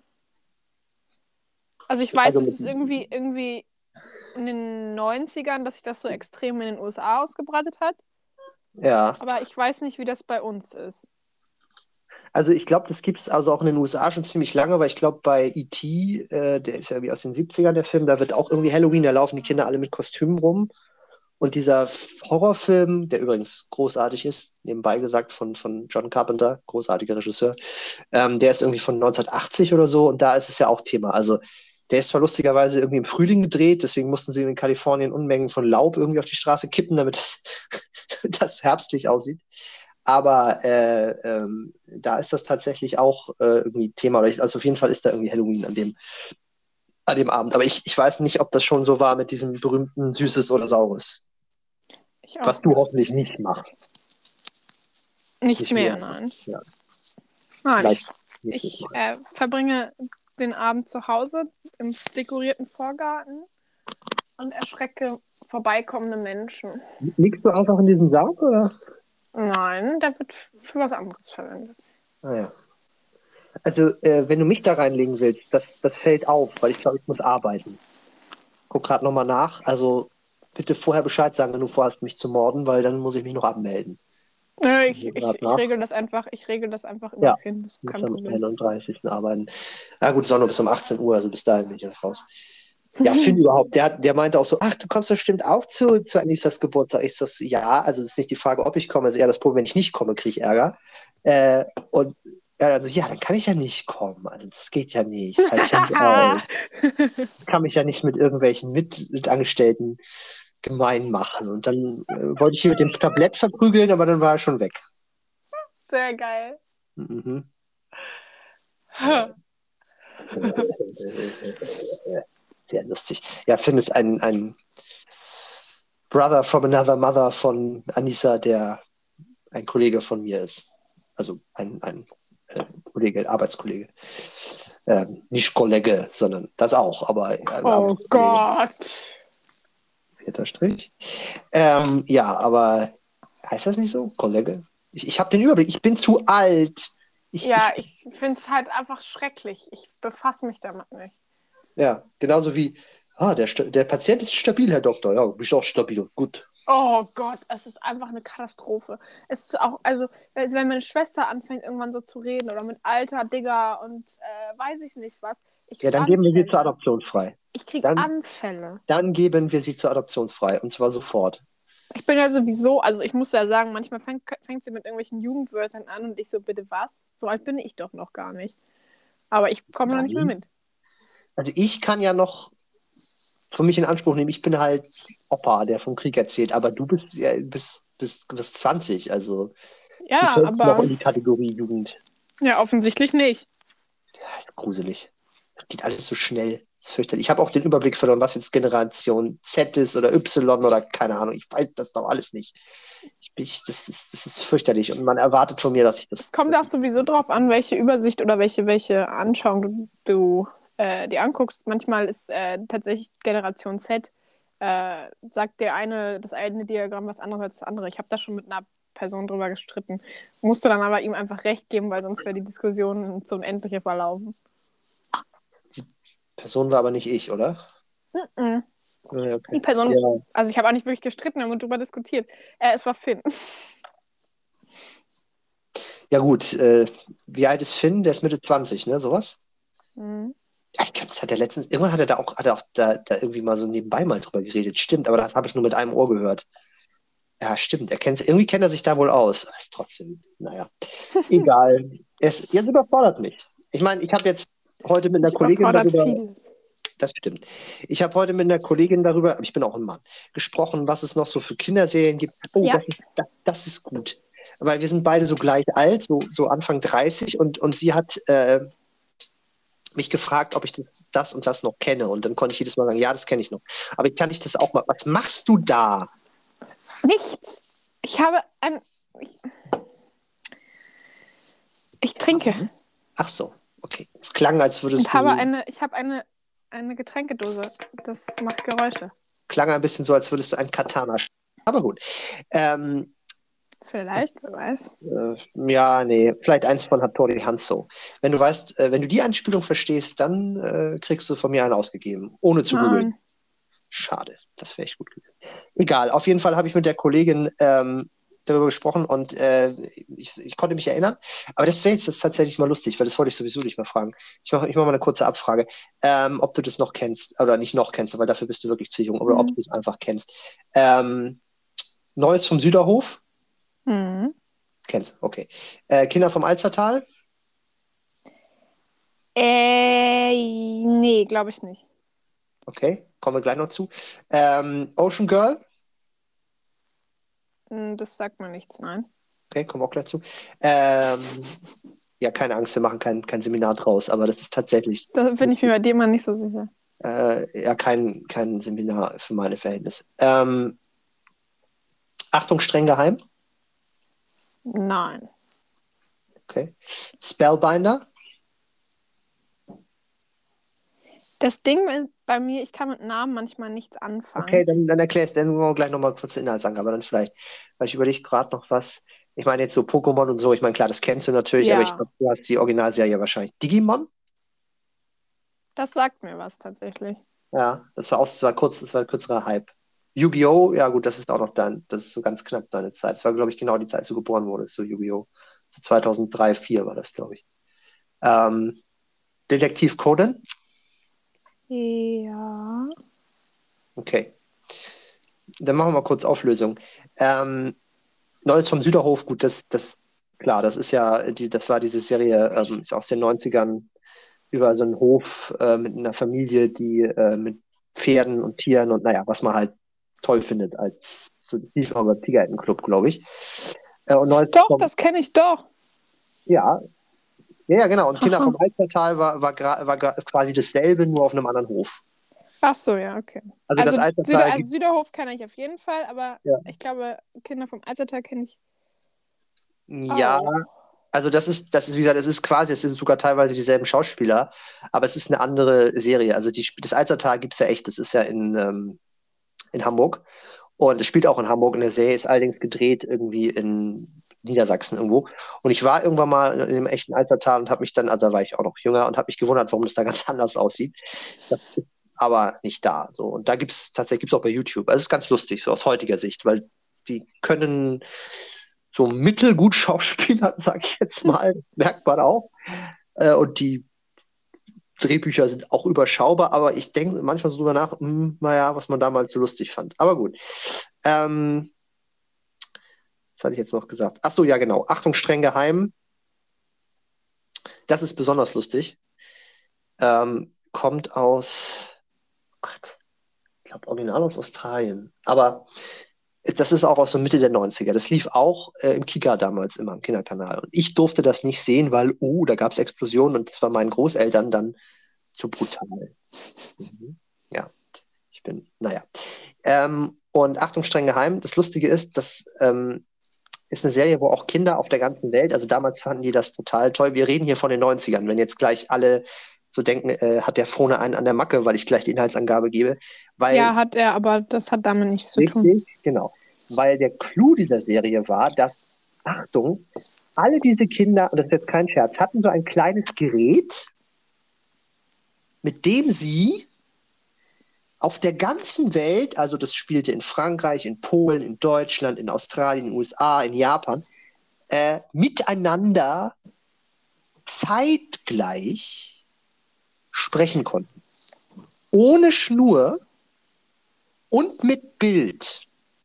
Also ich weiß, es ist irgendwie in den 90ern, dass sich das so extrem in den USA ausgebreitet hat. Ja. Aber ich weiß nicht, wie das bei uns ist. Also ich glaube, das gibt es also auch in den USA schon ziemlich lange, weil ich glaube, bei E.T., der ist ja wie aus den 70ern, der Film, da wird auch irgendwie Halloween, da laufen die Kinder alle mit Kostümen rum. Und dieser Horrorfilm, der übrigens großartig ist, nebenbei gesagt von John Carpenter, großartiger Regisseur, der ist irgendwie von 1980 oder so und da ist es ja auch Thema. Also der ist zwar lustigerweise irgendwie im Frühling gedreht, deswegen mussten sie in Kalifornien Unmengen von Laub irgendwie auf die Straße kippen, damit das herbstlich aussieht. Aber da ist das tatsächlich auch irgendwie Thema. Also auf jeden Fall ist da irgendwie Halloween an dem Abend. Aber ich weiß nicht, ob das schon so war mit diesem berühmten Süßes oder Saures. Was du hoffentlich nicht machst. Nicht mehr, nein. Ja. Nein, ich verbringe den Abend zu Hause im dekorierten Vorgarten und erschrecke vorbeikommende Menschen. Liegst du einfach in diesem Sarg, oder? Nein, der wird für was anderes verwendet. Ah ja. Also, wenn du mich da reinlegen willst, das fällt auf, weil ich glaube, ich muss arbeiten. Guck gerade nochmal nach. Also, bitte vorher Bescheid sagen, wenn du vorhast, mich zu morden, weil dann muss ich mich noch abmelden. Ich regel das einfach immer hin. Das ist kein Problem. Am 31. arbeiten. Ja gut, es ist auch nur bis um 18 Uhr, also bis dahin bin ich noch raus. Ja, Finn überhaupt, der meinte auch so, ach, du kommst doch bestimmt auch zu Anissas Geburtstag. Ich so, ja, also es ist nicht die Frage, ob ich komme, es ist eher das Problem, wenn ich nicht komme, kriege ich Ärger. Und Ja, also ja, dann kann ich ja nicht kommen. Also das geht ja nicht. Das halte ich ja nicht aus. Ich kann mich ja nicht mit irgendwelchen Mitangestellten gemein machen. Und dann wollte ich ihn mit dem Tablett verprügeln, aber dann war er schon weg. Sehr geil. Mhm. Sehr lustig. Ja, Finn ist ein Brother from another mother von Anissa, der ein Kollege von mir ist. Also ein Kollege, Arbeitskollege. Nicht Kollege, sondern das auch, aber Oh Gott. Vierter Strich. Ja, aber heißt das nicht so? Kollege? Ich habe den Überblick. Ich bin zu alt. Ja, ich finde es halt einfach schrecklich. Ich befasse mich damit nicht. Ja, genauso wie, der Patient ist stabil, Herr Doktor. Ja, du bist auch stabil. Gut. Oh Gott, es ist einfach eine Katastrophe. Es ist auch, also wenn meine Schwester anfängt, irgendwann so zu reden oder mit Alter, Digga und weiß ich nicht was, ich Ja, krieg dann geben wir sie Anfälle. zur Adoption frei. Ich krieg Dann, Anfälle. dann geben wir sie zur Adoption frei. Und zwar sofort. Ich bin ja sowieso, also ich muss ja sagen, manchmal fängt sie mit irgendwelchen Jugendwörtern an und ich so, bitte was? So alt bin ich doch noch gar nicht. Aber ich komme noch nicht mehr mit. Also ich kann ja noch für mich in Anspruch nehmen, ich bin halt Opa, der vom Krieg erzählt, aber du bist ja bis 20, also du Ja, fällst noch aber in die Kategorie Jugend. ja, offensichtlich nicht. Das ist gruselig. Das geht alles so schnell. Das ist fürchterlich. Ich habe auch den Überblick verloren, was jetzt Generation Z ist oder Y oder keine Ahnung. Ich weiß das doch alles nicht. Das ist fürchterlich und man erwartet von mir, dass ich das. Es kommt auch sowieso drauf an, welche Übersicht oder welche Anschauung du dir anguckst. Manchmal ist tatsächlich Generation Z, sagt das eine Diagramm was anderes als das andere. Ich habe da schon mit einer Person drüber gestritten. Musste dann aber ihm einfach recht geben, weil sonst wäre die Diskussion ins Unendliche verlaufen. Die Person war aber nicht ich, oder? Mhm. Ja, okay. Die Person, Ja. also ich habe auch nicht wirklich gestritten, wir haben darüber diskutiert. Es war Finn. Ja, gut. Wie alt ist Finn? Der ist Mitte 20, ne? Sowas? Mhm. Ja, ich glaube, das hat er letztens. Irgendwann hat er auch da irgendwie mal so nebenbei mal drüber geredet. Stimmt, aber das habe ich nur mit einem Ohr gehört. Ja, stimmt. Irgendwie kennt er sich da wohl aus. Aber ist trotzdem, naja. Egal. Jetzt überfordert mich. Ich meine, ich habe jetzt heute mit einer Mich Kollegin überfordert darüber. vieles. Das stimmt. Ich habe heute mit einer Kollegin darüber, aber ich bin auch ein Mann, gesprochen, was es noch so für Kinderserien gibt. Oh, Ja. das ist gut. Weil wir sind beide so gleich alt, so Anfang 30 und sie hat mich gefragt, ob ich das und das noch kenne. Und dann konnte ich jedes Mal sagen, ja, das kenne ich noch. Aber kann ich das auch mal? Was machst du da? Nichts. Ich habe ein. Ich trinke. Ach so, okay. Es klang, als würdest Und habe du. ich habe eine Getränkedose. Das macht Geräusche. Klang ein bisschen so, als würdest du ein Katana. Aber gut. Vielleicht, wer weiß. Ja, nee, vielleicht eins von Hattori Hanzo. Wenn du weißt, wenn du die Anspielung verstehst, dann kriegst du von mir einen ausgegeben, ohne zu googeln. Nein. Schade, das wäre echt gut gewesen. Egal, auf jeden Fall habe ich mit der Kollegin darüber gesprochen und ich konnte mich erinnern. Aber das wäre jetzt tatsächlich mal lustig, weil das wollte ich sowieso nicht mehr fragen. Ich mach mal eine kurze Abfrage, ob du das noch kennst oder nicht noch kennst, weil dafür bist du wirklich zu jung, oder ob du es einfach kennst. Neues vom Süderhof? Mhm. Kennst, okay. Kinder vom Alstertal? Nee, glaube ich nicht. Okay, kommen wir gleich noch zu. Ocean Girl? Das sagt mir nichts, nein. Okay, kommen wir auch gleich zu. Ja, keine Angst, wir machen kein Seminar draus, aber das ist tatsächlich. Da bin ich mir bei dir mal nicht so sicher. Ja, kein Seminar für meine Verhältnisse. Achtung, streng geheim? Nein. Okay. Spellbinder? Das Ding ist bei mir, ich kann mit Namen manchmal nichts anfangen. Okay, dann erklärst du, dann wollen wir gleich nochmal kurz den Inhalt sagen, aber dann vielleicht, weil ich überlege gerade noch was. Ich meine jetzt so Pokémon und so, ich meine, klar, das kennst du natürlich, aber ich Ja, glaube, du hast die Originalserie wahrscheinlich. Digimon? das sagt mir was tatsächlich. Ja, das war ein kürzerer Hype. Yu-Gi-Oh! Ja gut, das ist auch noch das ist so ganz knapp deine Zeit. Das war, glaube ich, genau die Zeit, als du geboren wurdest, so Yu-Gi-Oh! So 2003, 2004 war das, glaube ich. Detektiv Conan? Ja. Okay. Dann machen wir mal kurz Auflösung. Neues vom Süderhof, gut, das klar, das war diese Serie, ist aus den 90ern über so einen Hof mit einer Familie, die mit Pferden und Tieren und naja, was man halt toll findet als so lief auch beim Tigerentenclub, glaube ich. Und neues Doch, vom, das kenne ich doch. ja, ja, genau. Und Kinder Haha. vom Alstertal war quasi dasselbe, nur auf einem anderen Hof. Ach so, ja, okay. Also das Alstertal Also gibt Süderhof kenne ich auf jeden Fall, aber ja, ich glaube, Kinder vom Alstertal kenne ich ja, auch. also wie gesagt, es sind sogar teilweise dieselben Schauspieler, aber es ist eine andere Serie. Also das Alstertal gibt es ja echt, das ist ja in Hamburg. Und es spielt auch in Hamburg und der Serie ist allerdings gedreht irgendwie in Niedersachsen irgendwo. Und ich war irgendwann mal in dem echten Alstertal und habe mich dann, also da war ich auch noch jünger und habe mich gewundert, warum das da ganz anders aussieht. Das ist aber nicht da. So. Und da gibt's auch bei YouTube. Also es ist ganz lustig, so aus heutiger Sicht, weil die können so mittelgut schauspielern, sag ich jetzt mal, merkt man auch. Und die Drehbücher sind auch überschaubar, aber ich denke manchmal so drüber nach, naja, was man damals so lustig fand. Aber gut. Ähm, Was hatte ich jetzt noch gesagt? Ach so, ja, genau. Achtung, streng geheim. Das ist besonders lustig. Kommt aus, oh Gott, ich glaube, original aus Australien. Aber das ist auch aus so Mitte der 90er. Das lief auch im Kika damals immer im Kinderkanal. Und ich durfte das nicht sehen, weil, da gab es Explosionen und das war meinen Großeltern dann zu brutal. Mhm. Ja, naja. Und Achtung, streng geheim. Das Lustige ist, ist eine Serie, wo auch Kinder auf der ganzen Welt, also damals fanden die das total toll. Wir reden hier von den 90ern. Wenn jetzt gleich alle so denken, hat der Frone einen an der Macke, weil ich gleich die Inhaltsangabe gebe. Weil, Ja, hat er, aber das hat damit nichts zu tun. richtig, genau. Weil der Clou dieser Serie war, dass, Achtung, alle diese Kinder, und das ist jetzt kein Scherz, hatten so ein kleines Gerät, mit dem sie auf der ganzen Welt, also das spielte in Frankreich, in Polen, in Deutschland, in Australien, in den USA, in Japan, miteinander zeitgleich sprechen konnten. Ohne Schnur und mit Bild.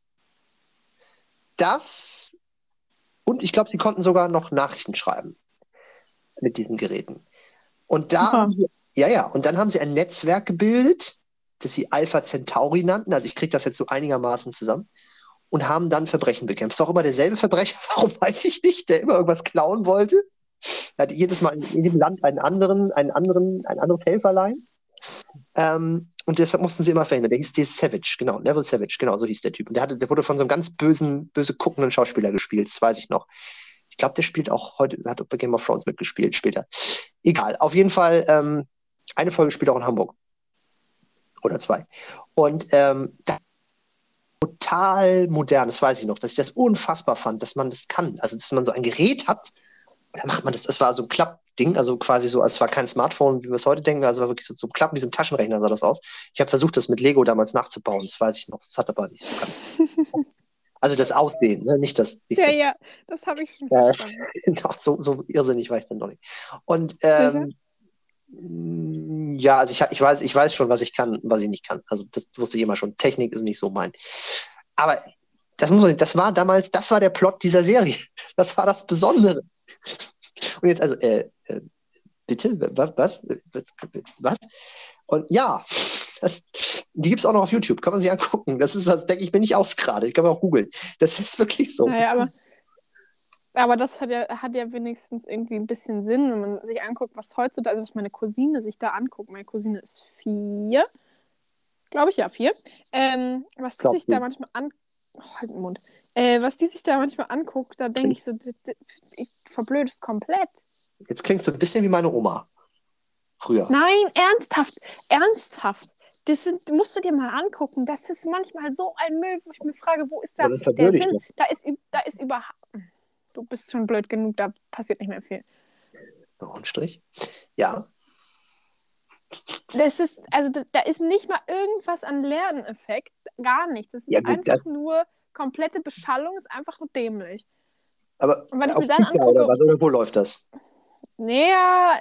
Das, und ich glaube, sie konnten sogar noch Nachrichten schreiben mit diesen Geräten. Und da Aha. haben sie, ja, ja, und dann haben sie ein Netzwerk gebildet, das sie Alpha Centauri nannten. Also ich kriege das jetzt so einigermaßen zusammen. Und haben dann Verbrechen bekämpft. Ist auch immer derselbe Verbrecher, warum weiß ich nicht, der immer irgendwas klauen wollte. Er hatte jedes Mal in jedem Land ein anderes Helferlein. Und deshalb mussten sie immer verhindern. Der hieß Savage, genau, Neville Savage, genau, so hieß der Typ. Und der wurde von so einem ganz böse guckenden Schauspieler gespielt, das weiß ich noch. Ich glaube, der spielt auch heute, hat auch bei Game of Thrones mitgespielt später. Egal, auf jeden Fall, eine Folge spielt auch in Hamburg. Oder zwei. Und total modern, das weiß ich noch, dass ich das unfassbar fand, dass man das kann. Also, dass man so ein Gerät hat, da macht man das. Das war so ein Klappding, also quasi so, es war kein Smartphone, wie wir es heute denken, also war wirklich so zum Klappen, wie so ein Taschenrechner sah das aus. Ich habe versucht, das mit Lego damals nachzubauen, das weiß ich noch, das hat aber nicht so ganz. Also das Aussehen, ne? Ja, ja, das habe ich schon äh, verstanden. genau, so irrsinnig war ich dann noch nicht. Und Sicher? ja, also ich weiß schon, was ich kann und was ich nicht kann. Also das wusste ich immer schon. Technik ist nicht so mein. Aber das war der Plot dieser Serie. Das war das Besondere. Und jetzt also, bitte? Was? Und ja, die gibt es auch noch auf YouTube, kann man sich angucken. Das denke ich mir nicht aus gerade. Ich kann man auch googeln. Das ist wirklich so. Naja, aber das hat ja wenigstens irgendwie ein bisschen Sinn, wenn man sich anguckt, was heutzutage, also was meine Cousine sich da anguckt. Meine Cousine ist 4, glaube ich, ja, 4. Was die sich Glaubst da du? manchmal halt den Mund. Was die sich da manchmal anguckt, da denke ich so, ich verblödest komplett. Jetzt klingst du ein bisschen wie meine Oma früher. Nein, ernsthaft, ernsthaft. Musst du dir mal angucken. Das ist manchmal so ein Müll, wo ich mir frage, wo ist Aber da dann der verwöhne ich Sinn? doch. Da ist überhaupt. Du bist schon blöd genug, da passiert nicht mehr viel. Noch ein Strich. Ja. Das ist, also da ist nicht mal irgendwas an Lerneffekt, gar nichts. Das Ja, ist gut, das, einfach nur komplette Beschallung, ist einfach nur dämlich. aber Und wenn ich auf mir dann Kika oder angucke, was oder wo läuft das? näher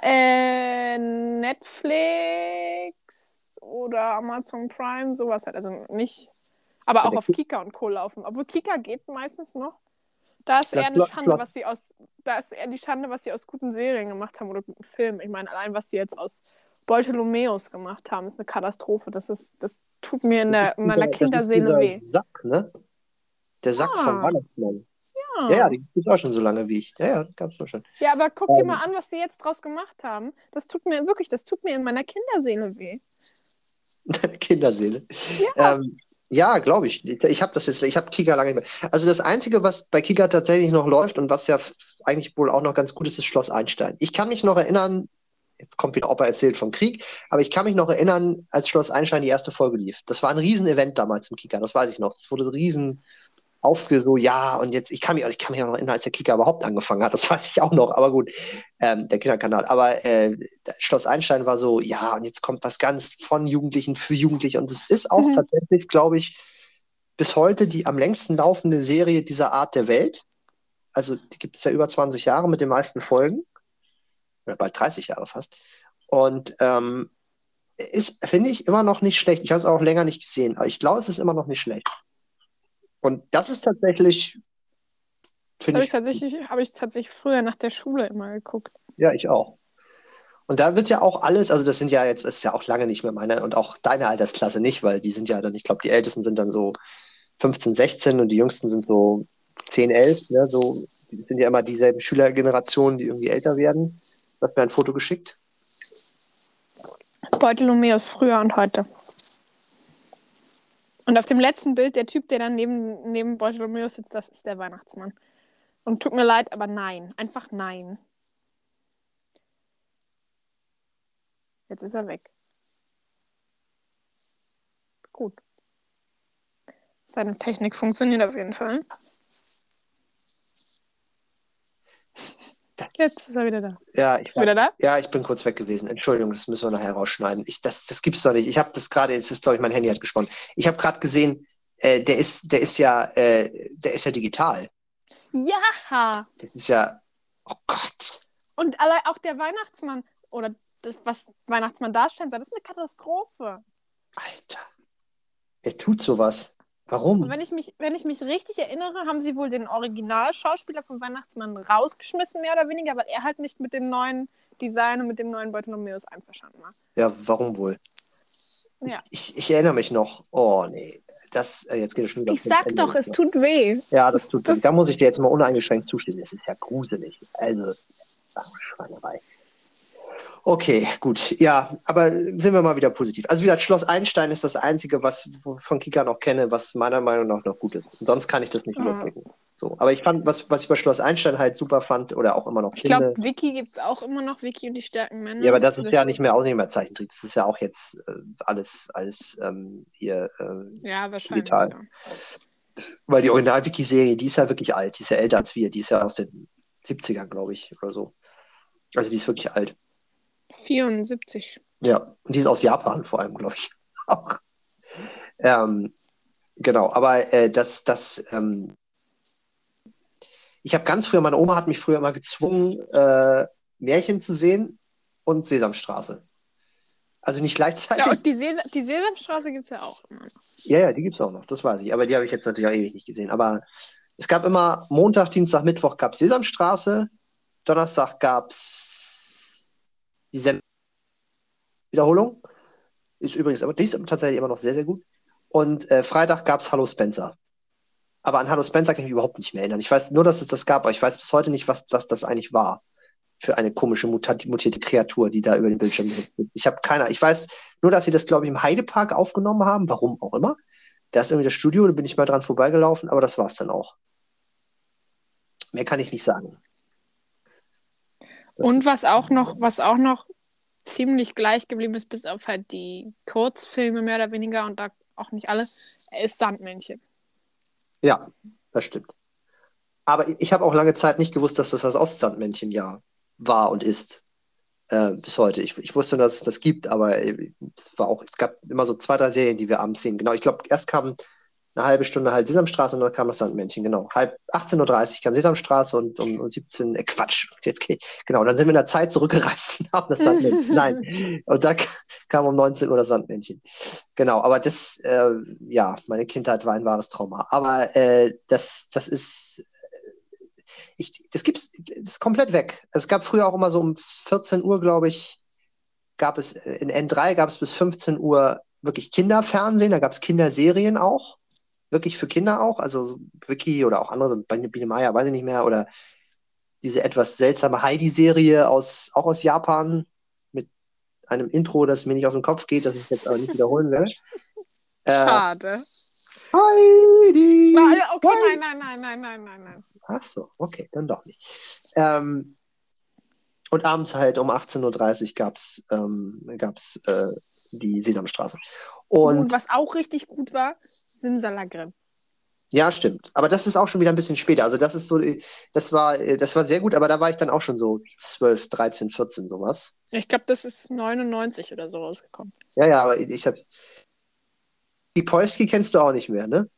Netflix oder Amazon Prime, sowas halt. Also nicht, aber Wenn auch der auf Kika und Co. laufen. Obwohl Kika geht meistens noch. Da ist eher Das eine Schande, Schloss. da ist eher die Schande, was sie aus guten Serien gemacht haben oder guten Filmen. Ich meine, allein was sie jetzt aus Bartholomäus gemacht haben, ist eine Katastrophe. Das tut mir in meiner Das ist Kinderseele dieser weh. Sack, ne? Der Sack vom Ah, Weihnachtsmann. Ja, ja. die gibt es auch schon so lange wie ich. Ja, ja, die gab es auch schon. Ja, aber guck dir mal Ähm, an, was sie jetzt draus gemacht haben. Das tut mir in meiner Kinderseele weh. Deine Kinderseele. Ja. Ähm, ja, glaube ich. Ich habe Kika lange nicht mehr. Also das Einzige, was bei Kika tatsächlich noch läuft und was ja eigentlich wohl auch noch ganz gut ist, ist Schloss Einstein. Ich kann mich noch erinnern, jetzt kommt wieder Opa erzählt vom Krieg, aber ich kann mich noch erinnern, als Schloss Einstein die erste Folge lief. Das war ein Riesenevent damals im Kika, das weiß ich noch. Das wurde so riesen so, ja, und jetzt, ich kann mich auch noch erinnern, als der Kika überhaupt angefangen hat, das weiß ich auch noch, aber gut, der Kinderkanal. Aber Schloss Einstein war so, ja, und jetzt kommt was ganz von Jugendlichen für Jugendliche. Und es ist auch Mhm. tatsächlich, glaube ich, bis heute die am längsten laufende Serie dieser Art der Welt. Also die gibt es ja über 20 Jahre mit den meisten Folgen, oder bald 30 Jahre fast. Und ist, finde ich, immer noch nicht schlecht. Ich habe es auch länger nicht gesehen, aber ich glaube, es ist immer noch nicht schlecht. Und das ist tatsächlich, Das finde ich, habe ich tatsächlich früher nach der Schule immer geguckt. ja, ich auch. Und da wird ja auch alles, also das sind ja jetzt, ist ja auch lange nicht mehr meine und auch deine Altersklasse nicht, weil die sind ja dann, ich glaube, die Ältesten sind dann so 15, 16 und die Jüngsten sind so 10, 11, ne, so, die sind ja immer dieselben Schülergenerationen, die irgendwie älter werden. Du hast mir ein Foto geschickt. Bartholomäus früher und heute. Und auf dem letzten Bild, der Typ, der dann neben Bartholomäus sitzt, das ist der Weihnachtsmann. Und tut mir leid, aber nein. Einfach nein. Jetzt ist er weg. Gut. Seine Technik funktioniert auf jeden Fall. Jetzt ist er wieder da. Ja, Bist du wieder da? ja, ich bin kurz weg gewesen. Entschuldigung, das müssen wir nachher rausschneiden. Das gibt's doch nicht. Ich habe das gerade, jetzt ist, glaube ich, mein Handy hat gesponnen. Ich habe gerade gesehen, der ist ja digital. Ja! Das ist ja, oh Gott, Und allein auch der Weihnachtsmann oder das, was Weihnachtsmann darstellen soll, das ist eine Katastrophe. Alter, er tut sowas. Und Warum? wenn ich mich richtig erinnere, haben sie wohl den Originalschauspieler vom Weihnachtsmann rausgeschmissen, mehr oder weniger, weil er halt nicht mit dem neuen Design und mit dem neuen Bartholomäus einverstanden war. Ja, warum wohl? Ja. Ich erinnere mich noch. Oh, nee. Jetzt geht es schon wieder Ich zum sag Ende. doch, es tut weh. Ja, das tut weh. Da Das, muss ich dir jetzt mal uneingeschränkt zustimmen. Das ist ja gruselig. Also, ach, Schweinerei. Okay, gut. Ja, aber sind wir mal wieder positiv. Also wie gesagt, Schloss Einstein ist das Einzige, was ich von Kika noch kenne, was meiner Meinung nach noch gut ist. Und sonst kann ich das nicht überblicken. So. Aber ich fand, was ich bei Schloss Einstein halt super fand oder auch immer noch ich glaube, finde. Vicky gibt es auch immer noch, Vicky und die starken Männer. Ja, aber das ist ja nicht mehr Außenseiterzeichentrick. Das ist ja auch jetzt alles hier ja, wahrscheinlich, digital. ja. Weil die Original-Wiki-Serie, die ist ja wirklich alt. Die ist ja älter als wir. Die ist ja aus den 70ern, glaube ich, oder so. Also die ist wirklich alt. 74. Ja, und die ist aus Japan vor allem, glaube ich. Auch. Genau, aber ich habe ganz früher, meine Oma hat mich früher immer gezwungen, Märchen zu sehen und Sesamstraße. Also nicht Ja, gleichzeitig. und die Sesamstraße gibt es ja auch immer noch. Ja, die gibt es auch noch, das weiß ich. Aber die habe ich jetzt natürlich auch ewig nicht gesehen. Aber es gab immer Montag, Dienstag, Mittwoch gab es Sesamstraße, Donnerstag gab es die Wiederholung. Ist übrigens, aber die ist tatsächlich immer noch sehr, sehr gut. Und Freitag gab es Hallo Spencer. Aber an Hallo Spencer kann ich mich überhaupt nicht mehr erinnern. Ich weiß nur, dass es das gab, aber ich weiß bis heute nicht, was das eigentlich war. Für eine komische mutierte Kreatur, die da über den Bildschirm ist. Ich weiß nur, dass sie das, glaube ich, im Heidepark aufgenommen haben, warum auch immer. Da ist irgendwie das Studio, da bin ich mal dran vorbeigelaufen, aber das war es dann auch. Mehr kann ich nicht sagen. Und was auch noch ziemlich gleich geblieben ist, bis auf halt die Kurzfilme mehr oder weniger und da auch nicht alle, ist Sandmännchen. Ja, das stimmt. Aber ich habe auch lange Zeit nicht gewusst, dass das Ostsandmännchen ja war und ist. Bis heute. Ich wusste nur, dass es das gibt, aber es gab immer so 2, 3 Serien, die wir abends sehen. Genau, ich glaube, erst kam eine halbe Stunde halt Sesamstraße und dann kam das Sandmännchen, genau. 18:30 Uhr kam Sesamstraße und um 17, Quatsch, genau, dann sind wir in der Zeit zurückgereist und haben das Sandmännchen, nein. Und da kam um 19 Uhr das Sandmännchen. Genau, aber ja, meine Kindheit war ein wahres Trauma. Aber das ist Das ist komplett weg. Es gab früher auch immer so um 14 Uhr, glaube ich, gab es in N3 gab es bis 15 Uhr wirklich Kinderfernsehen, da gab es Kinderserien auch, wirklich für Kinder auch, also so Vicky oder auch andere, so Biene Maya, weiß ich nicht mehr, oder diese etwas seltsame Heidi-Serie auch aus Japan mit einem Intro, das mir nicht aus dem Kopf geht, das ich jetzt aber nicht wiederholen werde. Schade. Heidi! Okay, nein. Ach so, okay, dann doch nicht. Und abends halt um 18:30 Uhr gab's die Sesamstraße. Und was auch richtig gut war, Simsalagrim. Ja, stimmt. Aber das ist auch schon wieder ein bisschen später. Also das ist so, das war sehr gut, aber da war ich dann auch schon so 12, 13, 14, sowas. Ich glaube, das ist 99 oder so rausgekommen. Ja, aber die Polski kennst du auch nicht mehr, ne?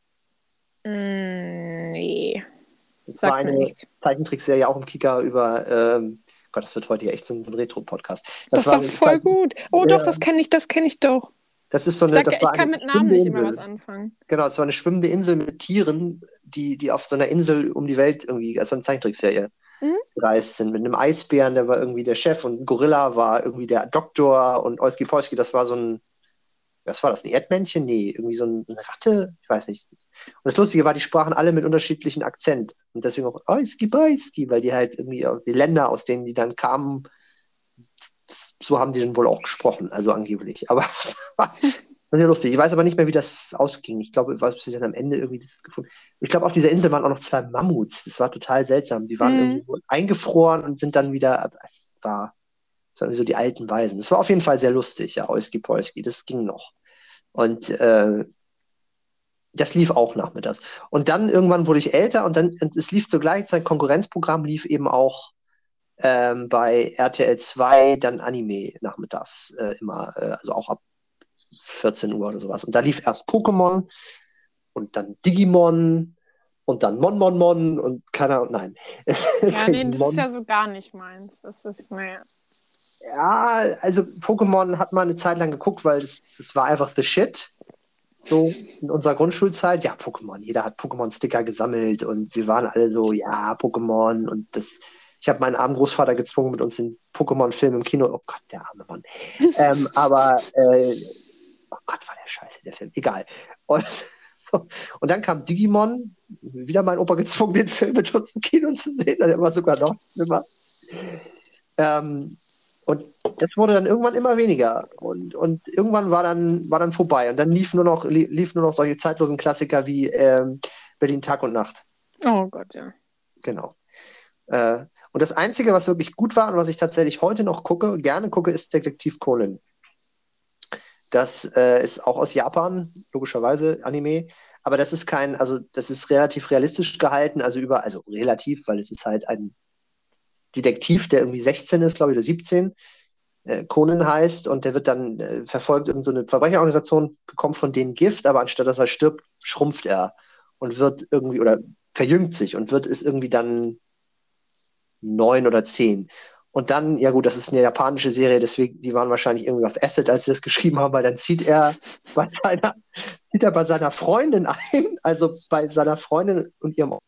Nee. Das Sagt war mir eine nichts. Zeichentrickserie auch im Kicker über, Gott, das wird heute ja echt so ein Retro-Podcast. Das ist doch voll gut. Oh doch, das kenne ich doch. Das ist so eine, Ich kann mit Namen nicht immer was anfangen. Genau, es war eine schwimmende Insel mit Tieren, die auf so einer Insel um die Welt irgendwie, also eine Zeichentrickserie, gereist sind. Mit einem Eisbären, der war irgendwie der Chef, und ein Gorilla war irgendwie der Doktor, und Oiski Polski, das war so ein, was war das, ein Erdmännchen? Nee, irgendwie so eine Ratte? Ich weiß nicht. Und das Lustige war, die sprachen alle mit unterschiedlichen Akzent. Und deswegen auch Oiski Polski, weil die halt irgendwie die Länder, aus denen die dann kamen, so haben die dann wohl auch gesprochen, also angeblich. Aber es war sehr lustig. Ich weiß aber nicht mehr, wie das ausging. Ich glaube, was sie dann am Ende irgendwie das gefunden. Ich glaube, auf dieser Insel waren auch noch 2 Mammuts. Das war total seltsam. Die waren irgendwie wohl eingefroren und sind dann wieder. Es war irgendwie so die alten Weisen. Das war auf jeden Fall sehr lustig, ja, Oiski Polski. Das ging noch. Und das lief auch nachmittags. Und dann irgendwann wurde ich älter, und es lief zur gleichen Zeit, Konkurrenzprogramm lief eben auch bei RTL 2 dann Anime nachmittags immer, also auch ab 14 Uhr oder sowas. Und da lief erst Pokémon und dann Digimon und dann Mon und keiner, nein. Ja, nee, das ist ja so gar nicht meins. Das ist, naja. Ja, also Pokémon hat man eine Zeit lang geguckt, weil das war einfach the shit. So in unserer Grundschulzeit, ja, Pokémon. Jeder hat Pokémon-Sticker gesammelt und wir waren alle so, ja, Pokémon. Und ich habe meinen armen Großvater gezwungen, mit uns den Pokémon-Film im Kino. Oh Gott, der arme Mann. Oh Gott, war der scheiße, der Film. Egal. Und dann kam Digimon, wieder mein Opa gezwungen, den Film mit uns im Kino zu sehen. Der war sogar noch schlimmer. Und das wurde dann irgendwann immer weniger. Und irgendwann war dann vorbei. Und dann lief nur noch solche zeitlosen Klassiker wie Berlin Tag und Nacht. Oh Gott, ja. Genau. Und das Einzige, was wirklich gut war und was ich tatsächlich heute noch gerne gucke, ist Detektiv Conan. Das ist auch aus Japan, logischerweise Anime. Aber das ist das ist relativ realistisch gehalten, also relativ, weil es ist halt ein Detektiv, der irgendwie 16 ist, glaube ich, oder 17, Conan heißt, und der wird dann verfolgt, irgend so eine Verbrecherorganisation bekommt von denen Gift, aber anstatt dass er stirbt, schrumpft er und wird irgendwie, oder verjüngt sich und ist irgendwie dann 9 oder 10. Und dann, ja gut, das ist eine japanische Serie, deswegen, die waren wahrscheinlich irgendwie auf Acid, als sie das geschrieben haben, weil dann zieht er bei seiner Freundin ein, also bei seiner Freundin und ihrem,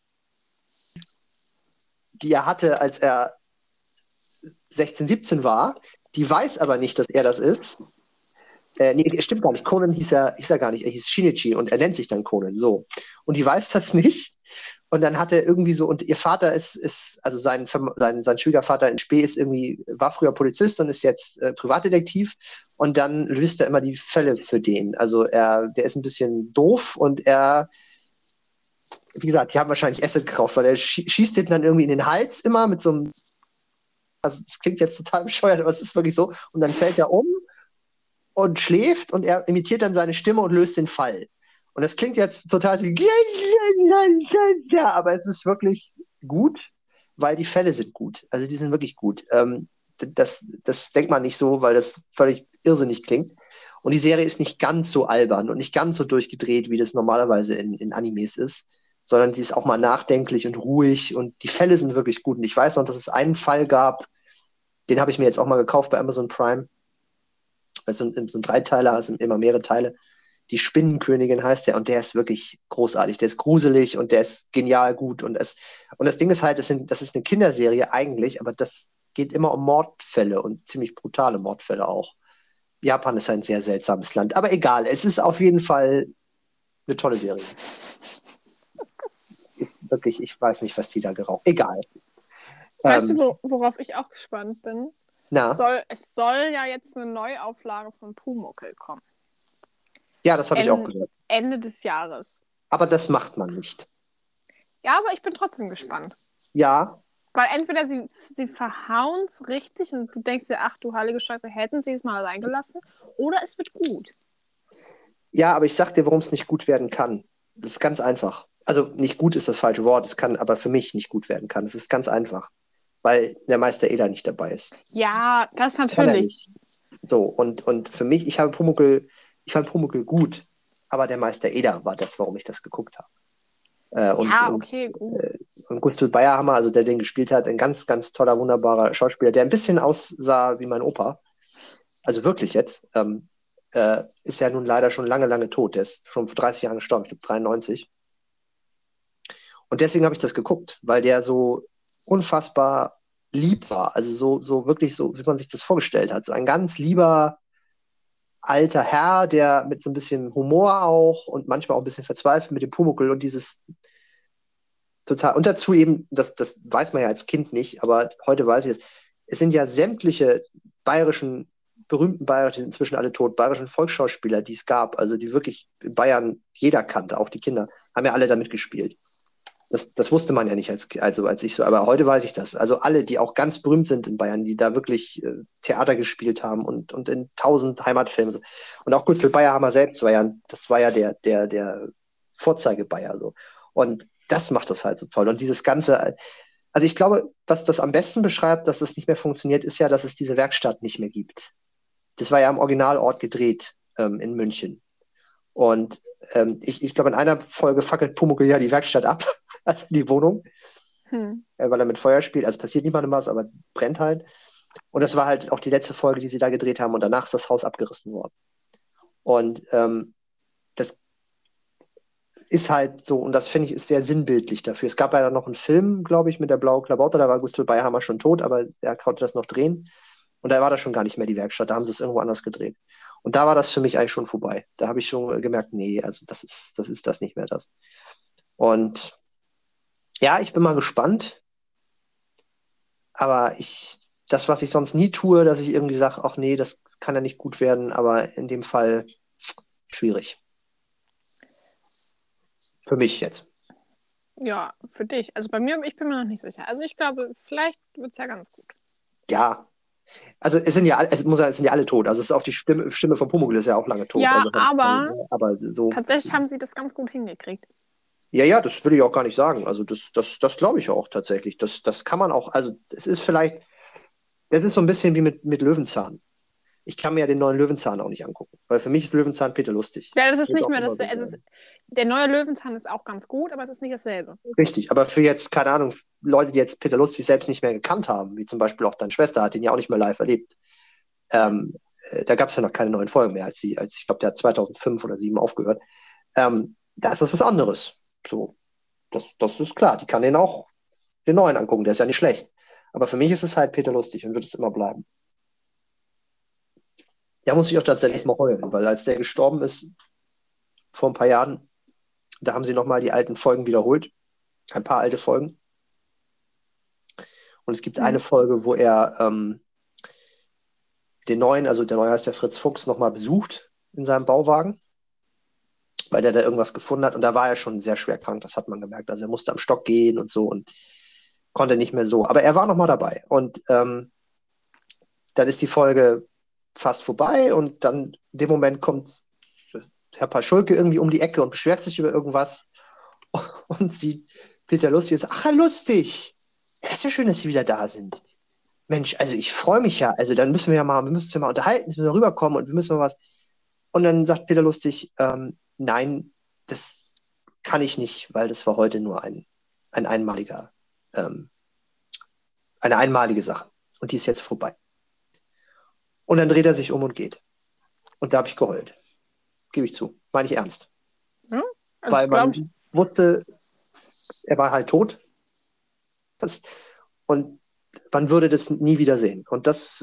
die er hatte, als er 16, 17 war. Die weiß aber nicht, dass er das ist. Nee, stimmt gar nicht. Conan hieß er gar nicht. Er hieß Shinichi und er nennt sich dann Conan. So. Und die weiß das nicht. Und dann hat er irgendwie so, und ihr Vater also sein Schwiegervater in Spee war früher Polizist und ist jetzt Privatdetektiv. Und dann löst er immer die Fälle für den. Also der ist ein bisschen doof und wie gesagt, die haben wahrscheinlich Acid gekauft, weil er schießt den dann irgendwie in den Hals immer mit so einem, also das klingt jetzt total bescheuert, aber es ist wirklich so. Und dann fällt er um und schläft und er imitiert dann seine Stimme und löst den Fall. Und das klingt jetzt total so, aber es ist wirklich gut, weil die Fälle sind gut. Also die sind wirklich gut. Das denkt man nicht so, weil das völlig irrsinnig klingt. Und die Serie ist nicht ganz so albern und nicht ganz so durchgedreht, wie das normalerweise in Animes ist, sondern die ist auch mal nachdenklich und ruhig und die Fälle sind wirklich gut. Und ich weiß noch, dass es einen Fall gab, den habe ich mir jetzt auch mal gekauft bei Amazon Prime. Also so ein Dreiteiler, also immer mehrere Teile. Die Spinnenkönigin heißt der und der ist wirklich großartig. Der ist gruselig und der ist genial gut. Und das Ding ist halt, das ist eine Kinderserie eigentlich, aber das geht immer um Mordfälle und ziemlich brutale Mordfälle auch. Japan ist ein sehr seltsames Land. Aber egal, es ist auf jeden Fall eine tolle Serie. Wirklich, ich weiß nicht, was die da geraucht. Egal. Weißt du, worauf ich auch gespannt bin? Na? Es soll ja jetzt eine Neuauflage von Pumuckl kommen. Ja, das habe ich auch gehört. Ende des Jahres. Aber das macht man nicht. Ja, aber ich bin trotzdem gespannt. Ja. Weil entweder sie verhauen es richtig und du denkst dir, ach du heilige Scheiße, hätten sie es mal allein gelassen, oder es wird gut. Ja, aber ich sag dir, warum es nicht gut werden kann. Das ist ganz einfach. Also nicht gut ist das falsche Wort, es kann aber für mich nicht gut werden kann. Es ist ganz einfach. Weil der Meister Eder nicht dabei ist. Ja, das Das kann er natürlich. nicht. So, und für mich, ich fand Pumuckl gut, aber der Meister Eder war das, warum ich das geguckt habe. Okay, gut. Und Gustl Bayerhammer, also der den gespielt hat, ein ganz, ganz toller, wunderbarer Schauspieler, der ein bisschen aussah wie mein Opa. Also wirklich jetzt. Ist ja nun leider schon lange, lange tot. Der ist schon vor 30 Jahren gestorben, ich glaube 93. Und deswegen habe ich das geguckt, weil der so unfassbar lieb war. Also so wirklich so, wie man sich das vorgestellt hat. So ein ganz lieber alter Herr, der mit so ein bisschen Humor auch und manchmal auch ein bisschen verzweifelt mit dem Pumuckl und dieses total. Und dazu eben, das weiß man ja als Kind nicht, aber heute weiß ich es sind ja sämtliche berühmten bayerischen, die sind inzwischen alle tot, bayerischen Volksschauspieler, die es gab, also die wirklich in Bayern jeder kannte, auch die Kinder, haben ja alle damit gespielt. Das wusste man ja nicht als ich so, aber heute weiß ich das. Also alle, die auch ganz berühmt sind in Bayern, die da wirklich Theater gespielt haben und in 1000 Heimatfilmen. So. Und auch Gustl Bayerhammer selbst das war ja der Vorzeige-Bayer so. Und das macht das halt so toll. Und dieses Ganze, also ich glaube, was das am besten beschreibt, dass das nicht mehr funktioniert, ist ja, dass es diese Werkstatt nicht mehr gibt. Das war ja am Originalort gedreht in München. Und ich glaube, in einer Folge fackelt Pumuckl ja die Werkstatt ab, also die Wohnung, weil er mit Feuer spielt. Also passiert niemandem was, aber brennt halt. Und das war halt auch die letzte Folge, die sie da gedreht haben. Und danach ist das Haus abgerissen worden. Und das ist halt so, und das finde ich ist sehr sinnbildlich dafür. Es gab ja dann noch einen Film, glaube ich, mit der blauen Klamotte, da war Gustl Bayerhammer schon tot, aber er konnte das noch drehen. Und da war das schon gar nicht mehr die Werkstatt, da haben sie es irgendwo anders gedreht. Und da war das für mich eigentlich schon vorbei. Da habe ich schon gemerkt, nee, also das ist das nicht mehr das. Und ja, ich bin mal gespannt, aber das, was ich sonst nie tue, dass ich irgendwie sage, ach nee, das kann ja nicht gut werden, aber in dem Fall schwierig. Für mich jetzt. Ja, für dich. Also bei mir, ich bin mir noch nicht sicher. Also ich glaube, vielleicht wird es ja ganz gut. Ja, also es sind ja alle tot. Also es ist auch die Stimme von Pumuckl ist ja auch lange tot. Ja, Also, aber so. tatsächlich haben sie das ganz gut hingekriegt. Ja, das will ich auch gar nicht sagen. Also das glaube ich auch tatsächlich. Das kann man auch, also es ist vielleicht, das ist so ein bisschen wie mit Löwenzahn. Ich kann mir ja den neuen Löwenzahn auch nicht angucken, weil für mich ist Löwenzahn Peter lustig. Ja, das ist Wird nicht auch mehr immer das. so Also bleiben. der neue Löwenzahn ist auch ganz gut, aber es ist nicht dasselbe. Richtig, aber für jetzt, keine Ahnung, Leute, die jetzt Peter Lustig selbst nicht mehr gekannt haben, wie zum Beispiel auch deine Schwester, hat ihn ja auch nicht mehr live erlebt. Da gab es ja noch keine neuen Folgen mehr, als ich glaube, der hat 2005 oder 2007 aufgehört. Da ist das was anderes. So, das ist klar. Die kann den auch den neuen angucken, der ist ja nicht schlecht. Aber für mich ist es halt Peter Lustig und wird es immer bleiben. Da muss ich auch tatsächlich mal heulen, weil als der gestorben ist, vor ein paar Jahren, da haben sie nochmal die alten Folgen wiederholt. Ein paar alte Folgen. Und es gibt eine Folge, wo er den neuen, also der neue heißt der Fritz Fuchs, nochmal besucht in seinem Bauwagen, weil der da irgendwas gefunden hat. Und da war er schon sehr schwer krank, das hat man gemerkt. Also er musste am Stock gehen und so und konnte nicht mehr so. Aber er war nochmal dabei. Und dann ist die Folge fast vorbei und dann in dem Moment kommt Herr Paschulke irgendwie um die Ecke und beschwert sich über irgendwas und sieht Peter Lustig und sagt, ach, lustig. Ja, ist ja schön, dass Sie wieder da sind. Mensch, also ich freue mich ja. Also dann müssen wir uns ja mal unterhalten, müssen wir rüberkommen und wir müssen mal was. Und dann sagt Peter Lustig, nein, das kann ich nicht, weil das war heute nur ein einmaliger, eine einmalige Sache. Und die ist jetzt vorbei. Und dann dreht er sich um und geht. Und da habe ich geheult. Gebe ich zu. Meine ich ernst. Ja? Also Weil das glaube ich. man wusste, er war halt tot. Und man würde das nie wieder sehen. Und das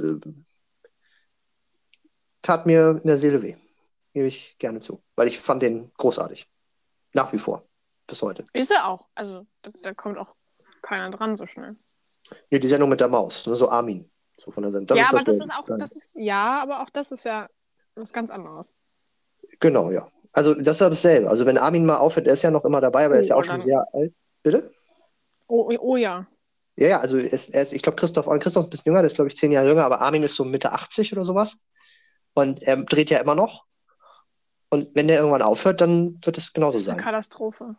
tat mir in der Seele weh. Gebe ich gerne zu. Weil ich fand den großartig. Nach wie vor. Bis heute. Ist er auch. Also da kommt auch keiner dran so schnell. Ja, die Sendung mit der Maus. Ne, so Armin. So von der Sendung. Das Ja, ist aber das. das ist auch, ja, aber auch das ist ja was ganz anderes. Genau, ja. Also das ist ja dasselbe. Also wenn Armin mal aufhört, der ist ja noch immer dabei, aber er ist ja auch Oh, schon dann. sehr alt. Bitte? Oh ja. Ja, ja, also ich glaube, Christoph ist ein bisschen jünger, der ist, glaube ich, 10 Jahre jünger, aber Armin ist so Mitte 80 oder sowas. Und er dreht ja immer noch. Und wenn der irgendwann aufhört, dann wird es genauso Das ist eine sein. Katastrophe.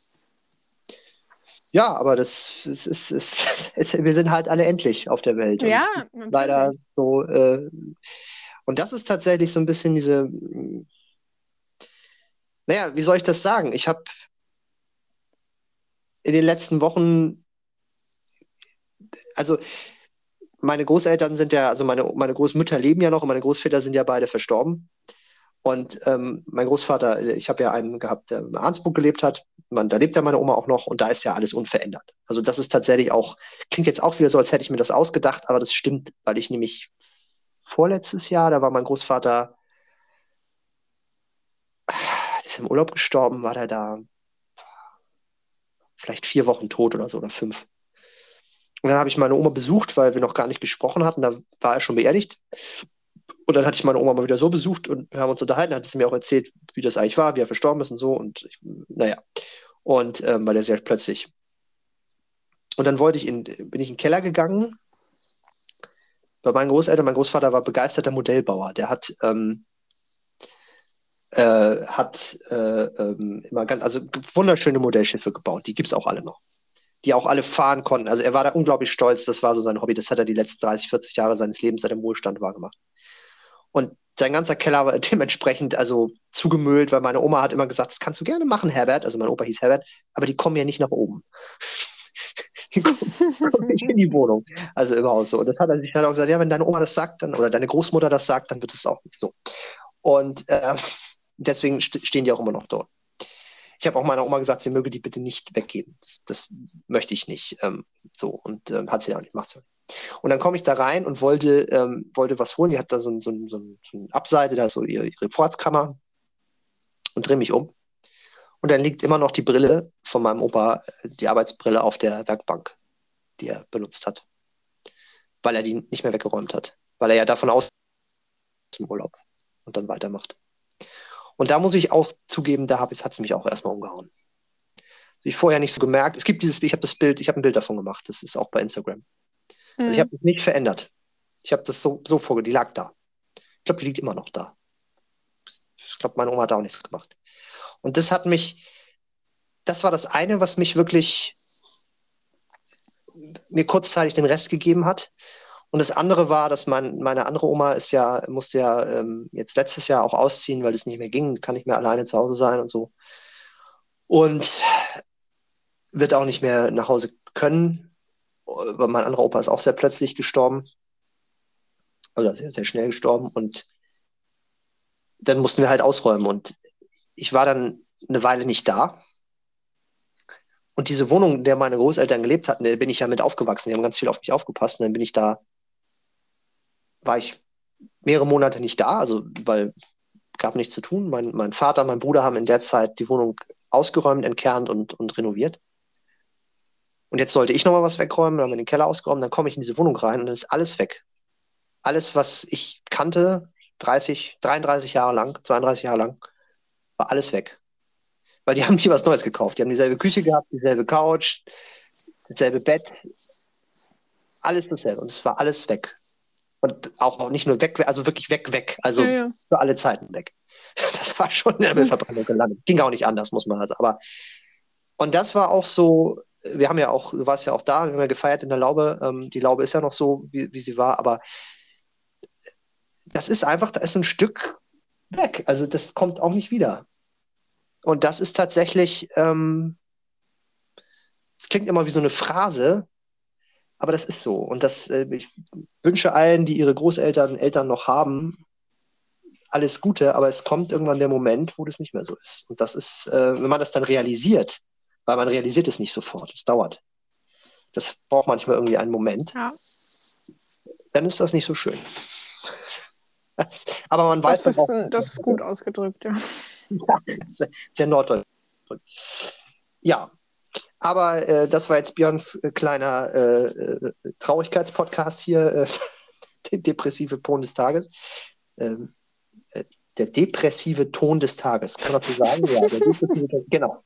Ja, aber wir sind halt alle endlich auf der Welt. Und Ja, es ist leider natürlich. so, und das ist tatsächlich so ein bisschen naja, wie soll ich das sagen? Ich habe in den letzten Wochen, also meine Großeltern sind ja, also meine Großmütter leben ja noch und meine Großväter sind ja beide verstorben. Und mein Großvater, ich habe ja einen gehabt, der in Arnsburg gelebt hat. Da lebt ja meine Oma auch noch und da ist ja alles unverändert. Also das ist tatsächlich auch, klingt jetzt auch wieder so, als hätte ich mir das ausgedacht, aber das stimmt, weil ich nämlich vorletztes Jahr, da war mein Großvater, ist im Urlaub gestorben, war der da vielleicht 4 Wochen tot oder so oder 5. Und dann habe ich meine Oma besucht, weil wir noch gar nicht gesprochen hatten. Da war er schon beerdigt. Und dann hatte ich meine Oma mal wieder so besucht und wir haben uns unterhalten. Hat sie mir auch erzählt, wie das eigentlich war, wie er verstorben ist und so. Und naja. Und weil er sehr plötzlich. Und dann bin ich in den Keller gegangen bei meinen Großeltern. Mein Großvater war begeisterter Modellbauer. Der hat immer also wunderschöne Modellschiffe gebaut. Die gibt es auch alle noch. Die auch alle fahren konnten. Also er war da unglaublich stolz. Das war so sein Hobby. Das hat er die letzten 30, 40 Jahre seines Lebens, seit er im Wohlstand war, gemacht. Und sein ganzer Keller war dementsprechend also zugemüllt, weil meine Oma hat immer gesagt, das kannst du gerne machen, Herbert. Also mein Opa hieß Herbert, aber die kommen ja nicht nach oben. Die kommen nicht in die Wohnung. Also im Haus so. Und das hat er sich dann auch gesagt, ja, wenn deine Oma das sagt, dann, oder deine Großmutter das sagt, dann wird es auch nicht so. Und deswegen stehen die auch immer noch dort. Ich habe auch meiner Oma gesagt, sie möge die bitte nicht weggeben. Das möchte ich nicht. So. Und hat sie auch nicht, macht sie auch nicht. Und dann komme ich da rein und wollte was holen. Die hat da so eine Abseite, da ist so ihre Vorratskammer und drehe mich um. Und dann liegt immer noch die Brille von meinem Opa, die Arbeitsbrille auf der Werkbank, die er benutzt hat. Weil er die nicht mehr weggeräumt hat. Weil er ja davon aus im Urlaub und dann weitermacht. Und da muss ich auch zugeben, da hat sie mich auch erstmal umgehauen. Also ich vorher nicht so gemerkt. Ich habe ein Bild davon gemacht. Das ist auch bei Instagram. Also ich habe das nicht verändert. Ich habe das so die lag da. Ich glaube, die liegt immer noch da. Ich glaube, meine Oma hat da auch nichts gemacht. Und das war das eine, was mich wirklich mir kurzzeitig den Rest gegeben hat. Und das andere war, dass meine andere Oma musste ja jetzt letztes Jahr auch ausziehen, weil es nicht mehr ging, kann nicht mehr alleine zu Hause sein und so. Und wird auch nicht mehr nach Hause können, weil mein anderer Opa ist auch sehr plötzlich gestorben. Also sehr, sehr schnell gestorben. Und dann mussten wir halt ausräumen. Und ich war dann eine Weile nicht da. Und diese Wohnung, in der meine Großeltern gelebt hatten, da bin ich ja mit aufgewachsen. Die haben ganz viel auf mich aufgepasst. Und dann war ich mehrere Monate nicht da, also weil gab nichts zu tun. Mein Vater, mein Bruder haben in der Zeit die Wohnung ausgeräumt, entkernt und renoviert. Und jetzt sollte ich nochmal was wegräumen, dann haben wir den Keller ausgeräumt, dann komme ich in diese Wohnung rein und dann ist alles weg. Alles, was ich kannte, 33 Jahre lang, 32 Jahre lang, war alles weg. Weil die haben nie was Neues gekauft. Die haben dieselbe Küche gehabt, dieselbe Couch, dasselbe Bett, alles dasselbe. Und es war alles weg. Und auch nicht nur weg, also wirklich weg. Also Ja. für alle Zeiten weg. Das war schon in der Müllverbrennung gelandet. Ging auch nicht anders, muss man also. Und das war auch so, du warst ja auch da, wir haben ja gefeiert in der Laube. Die Laube ist ja noch so, wie sie war, aber das ist einfach, da ist ein Stück weg. Also das kommt auch nicht wieder. Und das ist tatsächlich, es klingt immer wie so eine Phrase, aber das ist so. Und ich wünsche allen, die ihre Eltern noch haben, alles Gute, aber es kommt irgendwann der Moment, wo das nicht mehr so ist. Und das ist, wenn man das dann realisiert, weil man realisiert es nicht sofort, es dauert. Das braucht manchmal irgendwie einen Moment. Ja. Dann ist das nicht so schön. Aber man weiß Das auch. ist gut ausgedrückt, ja. Ja, sehr norddeutsch. Ja, aber das war jetzt Björns kleiner Traurigkeitspodcast hier, der depressive Ton des Tages. Der depressive Ton des Tages, kann man so sagen? Ja, der depressive Ton, genau.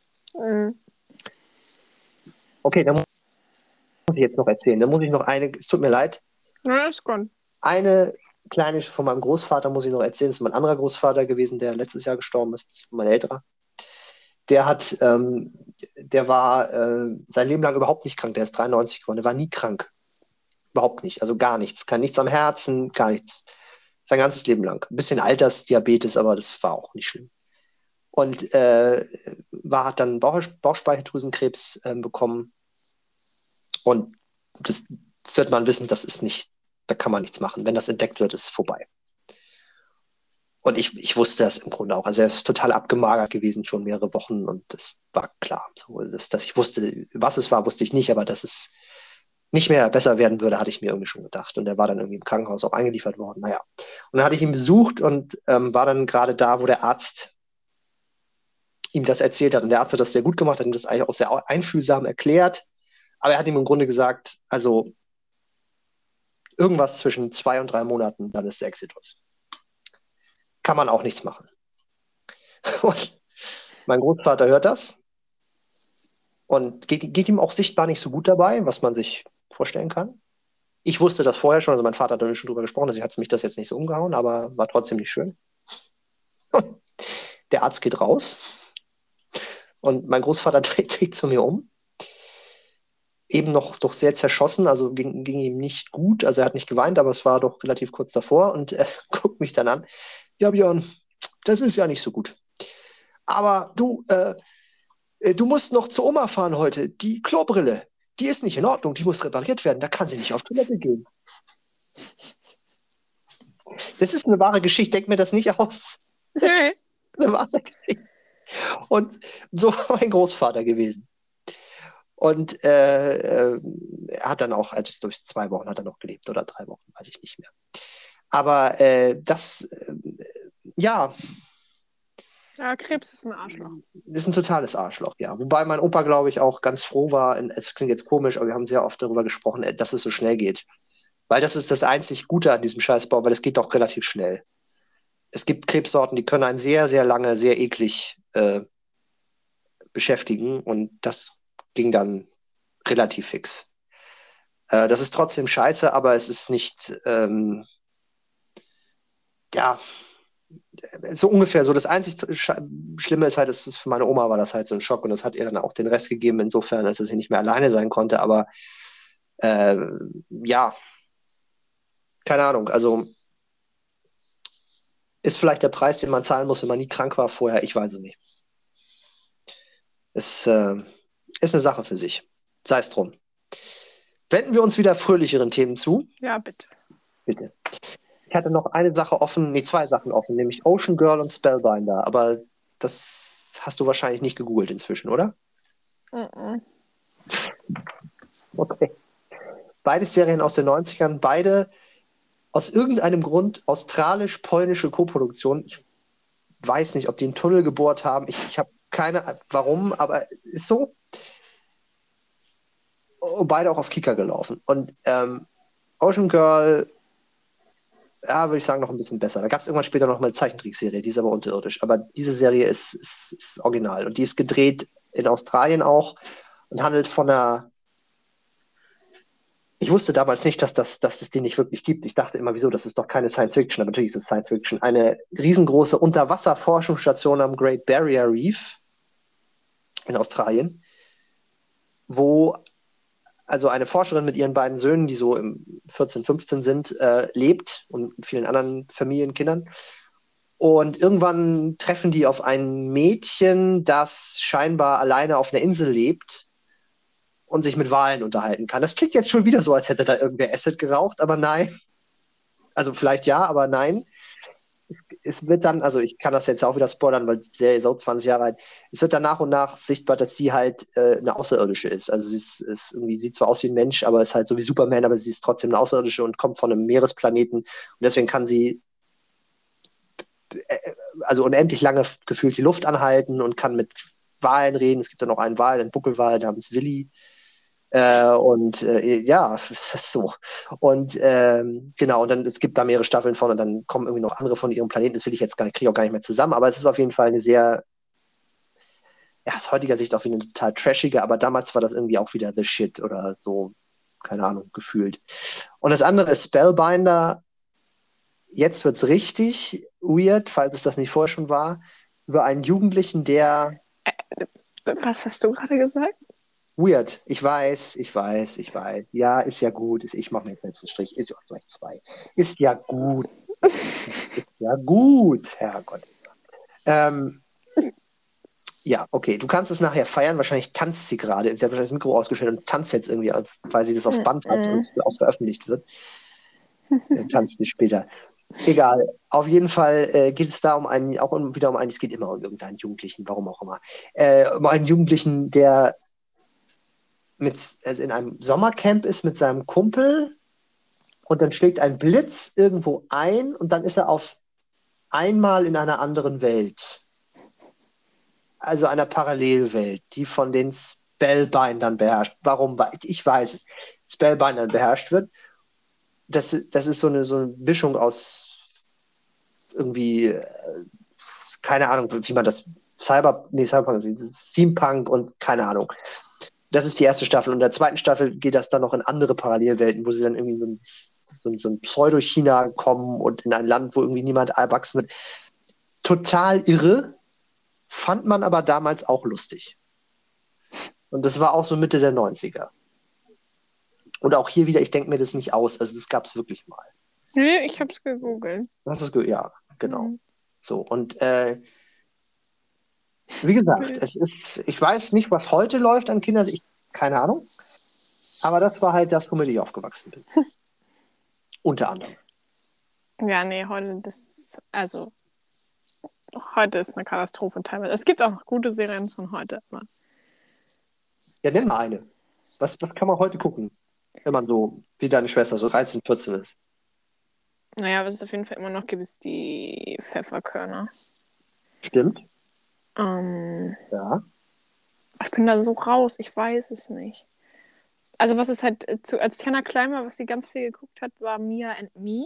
Okay, dann muss ich jetzt noch erzählen. Dann muss ich noch es tut mir leid. Ja, ist gut. Eine kleine von meinem Großvater muss ich noch erzählen. Das ist mein anderer Großvater gewesen, der letztes Jahr gestorben ist. Das ist mein älterer. Der war sein Leben lang überhaupt nicht krank. Der ist 93 geworden. Der war nie krank. Überhaupt nicht. Also gar nichts. Nichts am Herzen, gar nichts. Sein ganzes Leben lang. Ein bisschen Altersdiabetes, aber das war auch nicht schlimm. Und hat dann Bauchspeicheldrüsenkrebs bekommen. Und das wird man wissen, das ist nicht, da kann man nichts machen. Wenn das entdeckt wird, ist es vorbei. Und ich wusste das im Grunde auch. Also er ist total abgemagert gewesen, schon mehrere Wochen. Und das war klar. So, dass ich wusste, was es war, wusste ich nicht. Aber dass es nicht mehr besser werden würde, hatte ich mir irgendwie schon gedacht. Und er war dann irgendwie im Krankenhaus auch eingeliefert worden. Naja. Und dann hatte ich ihn besucht und war dann gerade da, wo der Arzt ihm das erzählt hat. Und der Arzt hat das sehr gut gemacht, hat ihm das eigentlich auch sehr einfühlsam erklärt. Aber er hat ihm im Grunde gesagt, also irgendwas zwischen 2 und 3 Monaten, dann ist der Exitus. Kann man auch nichts machen. Und mein Großvater hört das und geht ihm auch sichtbar nicht so gut dabei, was man sich vorstellen kann. Ich wusste das vorher schon, also mein Vater hat da schon drüber gesprochen, deswegen hat mich das jetzt nicht so umgehauen, aber war trotzdem nicht schön. Der Arzt geht raus und mein Großvater dreht sich zu mir um. Eben noch doch sehr zerschossen, also ging ihm nicht gut, also er hat nicht geweint, aber es war doch relativ kurz davor und er guckt mich dann an. Ja, Björn, das ist ja nicht so gut. Aber du musst noch zur Oma fahren heute. Die Klobrille, die ist nicht in Ordnung, die muss repariert werden, da kann sie nicht auf Toilette gehen. Das ist eine wahre Geschichte, denk mir das nicht aus. Das ist eine wahre Geschichte. Und so war mein Großvater gewesen. Und er hat dann auch, also durch 2 Wochen hat er noch gelebt oder 3 Wochen, weiß ich nicht mehr. Aber ja. Ja, Krebs ist ein Arschloch. Das ist ein totales Arschloch, ja. Wobei mein Opa, glaube ich, auch ganz froh war, es klingt jetzt komisch, aber wir haben sehr oft darüber gesprochen, dass es so schnell geht. Weil das ist das einzig Gute an diesem Scheißbau, weil es geht doch relativ schnell. Es gibt Krebssorten, die können einen sehr, sehr lange, sehr eklig beschäftigen und das ging dann relativ fix. Das ist trotzdem scheiße, aber es ist nicht, ja, so ungefähr so. Das einzig Schlimme ist halt, für meine Oma war das halt so ein Schock und das hat ihr dann auch den Rest gegeben, insofern, dass sie nicht mehr alleine sein konnte, aber ja, keine Ahnung, also ist vielleicht der Preis, den man zahlen muss, wenn man nie krank war vorher, ich weiß es nicht. Es ist eine Sache für sich. Sei es drum. Wenden wir uns wieder fröhlicheren Themen zu. Ja, bitte. Bitte. Ich hatte noch eine Sache offen, 2 Sachen offen, nämlich Ocean Girl und Spellbinder, aber das hast du wahrscheinlich nicht gegoogelt inzwischen, oder? Okay. Beide Serien aus den 90ern, beide aus irgendeinem Grund australisch-polnische Koproduktion. Ich weiß nicht, ob die einen Tunnel gebohrt haben. Ich habe keine, warum, aber ist so. Und beide auch auf Kika gelaufen. Und Ocean Girl, ja, würde ich sagen, noch ein bisschen besser. Da gab es irgendwann später noch mal eine Zeichentrickserie, die ist aber unterirdisch. Aber diese Serie ist original. Und die ist gedreht in Australien auch und handelt von einer. Ich wusste damals nicht, dass es die nicht wirklich gibt. Ich dachte immer, wieso, das ist doch keine Science Fiction. Aber natürlich ist es Science Fiction. Eine riesengroße Unterwasserforschungsstation am Great Barrier Reef in Australien, wo also eine Forscherin mit ihren beiden Söhnen, die so im 14, 15 sind, lebt und mit vielen anderen Familienkindern. Und irgendwann treffen die auf ein Mädchen, das scheinbar alleine auf einer Insel lebt und sich mit Walen unterhalten kann. Das klingt jetzt schon wieder so, als hätte da irgendwer Acid geraucht, aber nein. Also vielleicht ja, aber nein. es wird dann, also ich kann das jetzt auch wieder spoilern, weil die Serie ist auch 20 Jahre alt, es wird dann nach und nach sichtbar, dass sie halt eine Außerirdische ist. Also sie ist irgendwie, sieht zwar aus wie ein Mensch, aber ist halt so wie Superman, aber sie ist trotzdem eine Außerirdische und kommt von einem Meeresplaneten. Und deswegen kann sie also unendlich lange gefühlt die Luft anhalten und kann mit Walen reden. Es gibt dann noch einen Wal, einen Buckelwal namens Willi. Ja, ist das so. Und genau, und dann es gibt da mehrere Staffeln von und dann kommen irgendwie noch andere von ihrem Planeten. Das will ich jetzt gar nicht, kriege ich auch gar nicht mehr zusammen, aber es ist auf jeden Fall eine sehr, ja, aus heutiger Sicht auch wieder eine total trashige, aber damals war das irgendwie auch wieder the shit oder so, keine Ahnung, gefühlt. Und das andere ist Spellbinder. Jetzt wird's richtig weird, falls es das nicht vorher schon war, über einen Jugendlichen, der Was hast du gerade gesagt? weird. Ich weiß. Ja, ist ja gut. Ich mache mir jetzt selbst einen Strich. Ist ja auch gleich 2. Ist ja gut. Ist ja gut, Herrgott. Ähm, ja, okay. Du kannst es nachher feiern. Wahrscheinlich tanzt sie gerade. Sie hat wahrscheinlich das Mikro ausgestellt und tanzt jetzt irgendwie, weil sie das auf Band hat und es auch veröffentlicht wird. Tanzt sie später. Egal. Auf jeden Fall geht es da wieder um einen, es geht immer um irgendeinen Jugendlichen, warum auch immer. Um einen Jugendlichen, der also in einem Sommercamp ist mit seinem Kumpel und dann schlägt ein Blitz irgendwo ein und dann ist er auf einmal in einer anderen Welt. Also einer Parallelwelt, die von den Spellbindern beherrscht. Warum? Ich weiß es. Spellbindern beherrscht wird. Das ist so eine Mischung aus irgendwie, keine Ahnung, wie man das Cyberpunk, Steampunk und keine Ahnung. Das ist die erste Staffel. Und in der zweiten Staffel geht das dann noch in andere Parallelwelten, wo sie dann irgendwie so ein Pseudo-China kommen und in ein Land, wo irgendwie niemand erwachsen wird. Total irre, fand man aber damals auch lustig. Und das war auch so Mitte der 90er. Und auch hier wieder, ich denke mir das nicht aus. Also das gab es wirklich mal. Nee, ich hab's gegoogelt. Ja, genau. So, und wie gesagt, ich weiß nicht, was heute läuft an Kindern, keine Ahnung. Aber das war halt das, womit ich aufgewachsen bin. Unter anderem. Ja, nee, heute ist eine Katastrophe teilweise. Es gibt auch noch gute Serien von heute. Aber Ja, nenn mal eine. Was kann man heute gucken, wenn man so, wie deine Schwester, so 13, 14 ist? naja, was es auf jeden Fall immer noch gibt, ist die Pfefferkörner. Stimmt, Ähm, ja. ich bin da so raus, ich weiß es nicht. Also was es halt als Tiana Clymer, was sie ganz viel geguckt hat, war Mia and Me.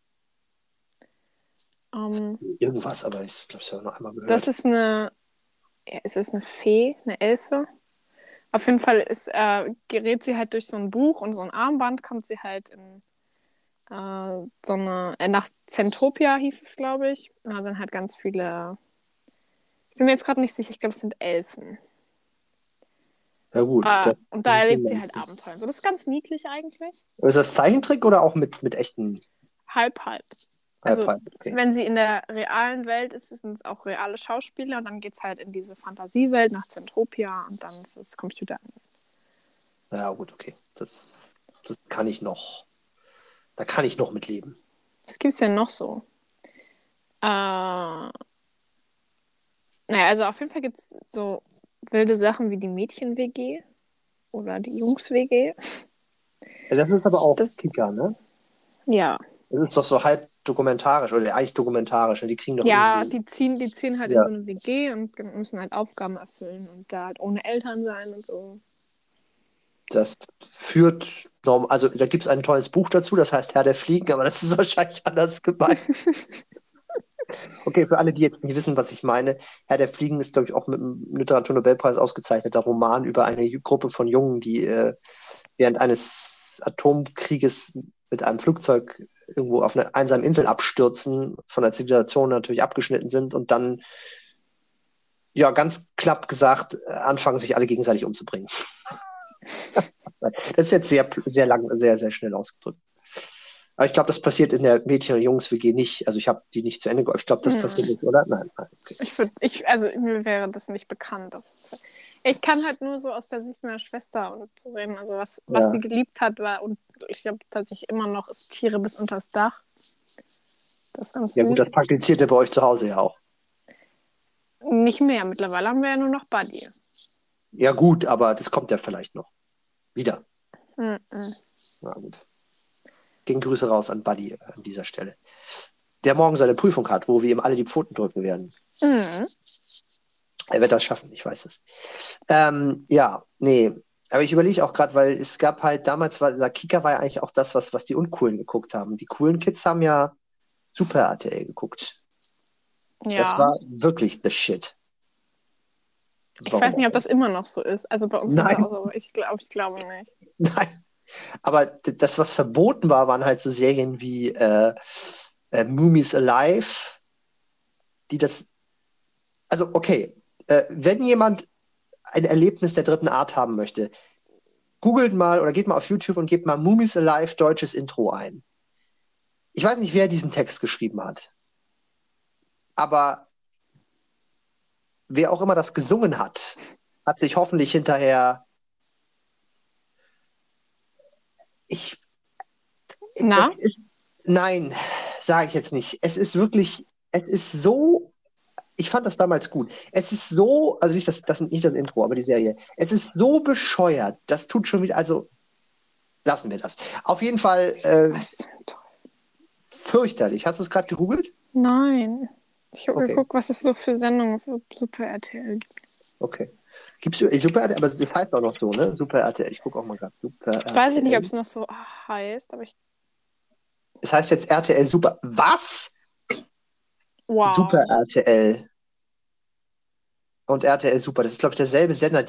Irgendwas, aber ich glaube, ich habe noch einmal Das gehört. ist es ist eine Fee, eine Elfe. Auf jeden Fall gerät sie halt durch so ein Buch und so ein Armband, kommt sie halt in nach Zentopia hieß es, glaube ich. Da sind halt ganz viele, ich bin mir jetzt gerade nicht sicher, ich glaube, es sind Elfen. Ja gut. Und da erlebt sie halt Abenteuer. So, das ist ganz niedlich eigentlich. Ist das Zeichentrick oder auch mit echten? Halb, halb. Also, Okay. wenn sie in der realen Welt ist, sind es auch reale Schauspieler und dann geht es halt in diese Fantasiewelt nach Zentropia und dann ist es Computer. Ja gut, okay. Das kann ich noch. Da kann ich noch mit leben. Was gibt es denn noch so? Naja, also auf jeden Fall gibt es so wilde Sachen wie die Mädchen-WG oder die Jungs-WG. Ja, das ist aber auch Das, Kika, ne? ja. Das ist doch so halb dokumentarisch oder eigentlich dokumentarisch. Und die kriegen doch Ja, irgendwie. die ziehen halt in so eine WG und müssen halt Aufgaben erfüllen und da halt ohne Eltern sein und so. Das führt, also da gibt es ein tolles Buch dazu, das heißt Herr der Fliegen, aber das ist wahrscheinlich anders gemeint. Okay, für alle, die jetzt nicht wissen, was ich meine, Herr der Fliegen ist, glaube ich, auch mit dem Literaturnobelpreis ausgezeichneter Roman über eine Gruppe von Jungen, die während eines Atomkrieges mit einem Flugzeug irgendwo auf einer einsamen Insel abstürzen, von der Zivilisation natürlich abgeschnitten sind und dann, ja, ganz knapp gesagt, anfangen, sich alle gegenseitig umzubringen. Das ist jetzt sehr, sehr lang, sehr, sehr schnell ausgedrückt. Aber ich glaube, das passiert in der Mädchen- und Jungs-WG nicht. Also ich habe die nicht zu Ende gehört. Ich glaube, das passiert nicht, oder? Nein. Okay. Also mir wäre das nicht bekannt. Ich kann halt nur so aus der Sicht meiner Schwester reden. Also was sie geliebt hat, war, und ich glaube tatsächlich immer noch, ist Tiere bis unters Dach. Das ist ganz Ja gut, süß. das praktiziert ihr bei euch zu Hause ja auch. Nicht mehr. Mittlerweile haben wir ja nur noch Buddy. Ja gut, aber das kommt ja vielleicht noch wieder. Mhm. Na gut. Gehen Grüße raus an Buddy an dieser Stelle. Der morgen seine Prüfung hat, wo wir ihm alle die Pfoten drücken werden. Mhm. Er wird das schaffen, ich weiß es. Ja, nee. Aber ich überlege auch gerade, weil es gab halt damals, dieser Kika war ja eigentlich auch das, was die Uncoolen geguckt haben. Die coolen Kids haben ja Super RTL geguckt. Das Ja. war wirklich the shit. Ich Warum weiß nicht, auch ob das immer noch so ist. Also bei uns war es Nein, auch so, aber ich glaube nicht. nein. Aber das, was verboten war, waren halt so Serien wie Mummies Alive, die das. Also, okay, wenn jemand ein Erlebnis der dritten Art haben möchte, googelt mal oder geht mal auf YouTube und gebt mal Mummies Alive deutsches Intro ein. Ich weiß nicht, wer diesen Text geschrieben hat, aber wer auch immer das gesungen hat, hat sich hoffentlich hinterher. Ich. Das Na? ist, nein, sage ich jetzt nicht. Es ist wirklich, es ist so. Ich fand das damals gut. Es ist so, also nicht das Intro, aber die Serie. Es ist so bescheuert. Das tut schon wieder, also lassen wir das. Auf jeden Fall Was? fürchterlich. Hast du es gerade gegoogelt? Nein. Ich habe Okay, geguckt, was es so für Sendungen für Super RTL gibt. okay. Gibst du Super RTL, aber das heißt auch noch so, ne? Super RTL. Ich gucke auch mal gerade. Super Weiß ich nicht, ob RTL. es noch so heißt, aber Es heißt jetzt RTL Super. Was? Super wow. RTL und RTL Super. Das ist, glaube ich, derselbe Sender,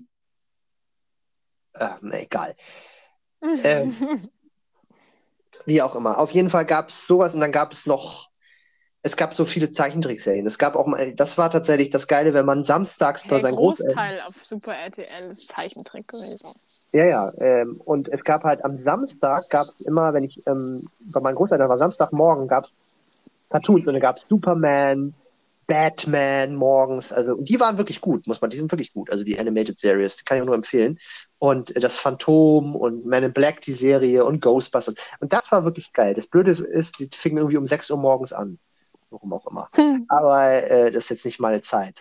egal. Ähm, Wie auch immer. Auf jeden Fall gab es sowas und dann gab es noch. Es gab so viele Zeichentrickserien. Es gab auch mal, das war tatsächlich das Geile, wenn man samstags bei Der seinen Großeltern. Großteil auf Super RTL ist Zeichentrick gewesen. Ja, ja. Und es gab halt am Samstag, gab es immer, wenn ich bei meinen Großeltern war, Samstagmorgen gab es Cartoons und da gab es Superman, Batman morgens. Also, und die waren wirklich gut, die sind wirklich gut. Also die Animated Series, die kann ich auch nur empfehlen. Und das Phantom und Man in Black, die Serie und Ghostbusters. Und das war wirklich geil. Das Blöde ist, die fingen irgendwie um 6 Uhr morgens an. Warum auch immer. Aber das ist jetzt nicht meine Zeit.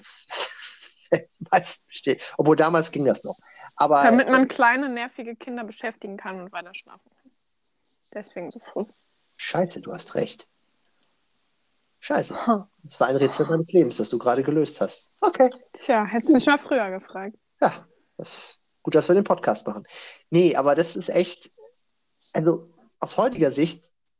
Obwohl damals ging das noch. Aber Damit man kleine, nervige Kinder beschäftigen kann und weiter schlafen kann. Deswegen so früh. scheiße, du hast recht. Scheiße. Huh. Das war ein Rätsel meines Lebens, das du gerade gelöst hast. Okay. Tja, hättest du mich mal früher gefragt. Ja, gut, dass wir den Podcast machen. Nee, aber das ist echt, also aus heutiger Sicht,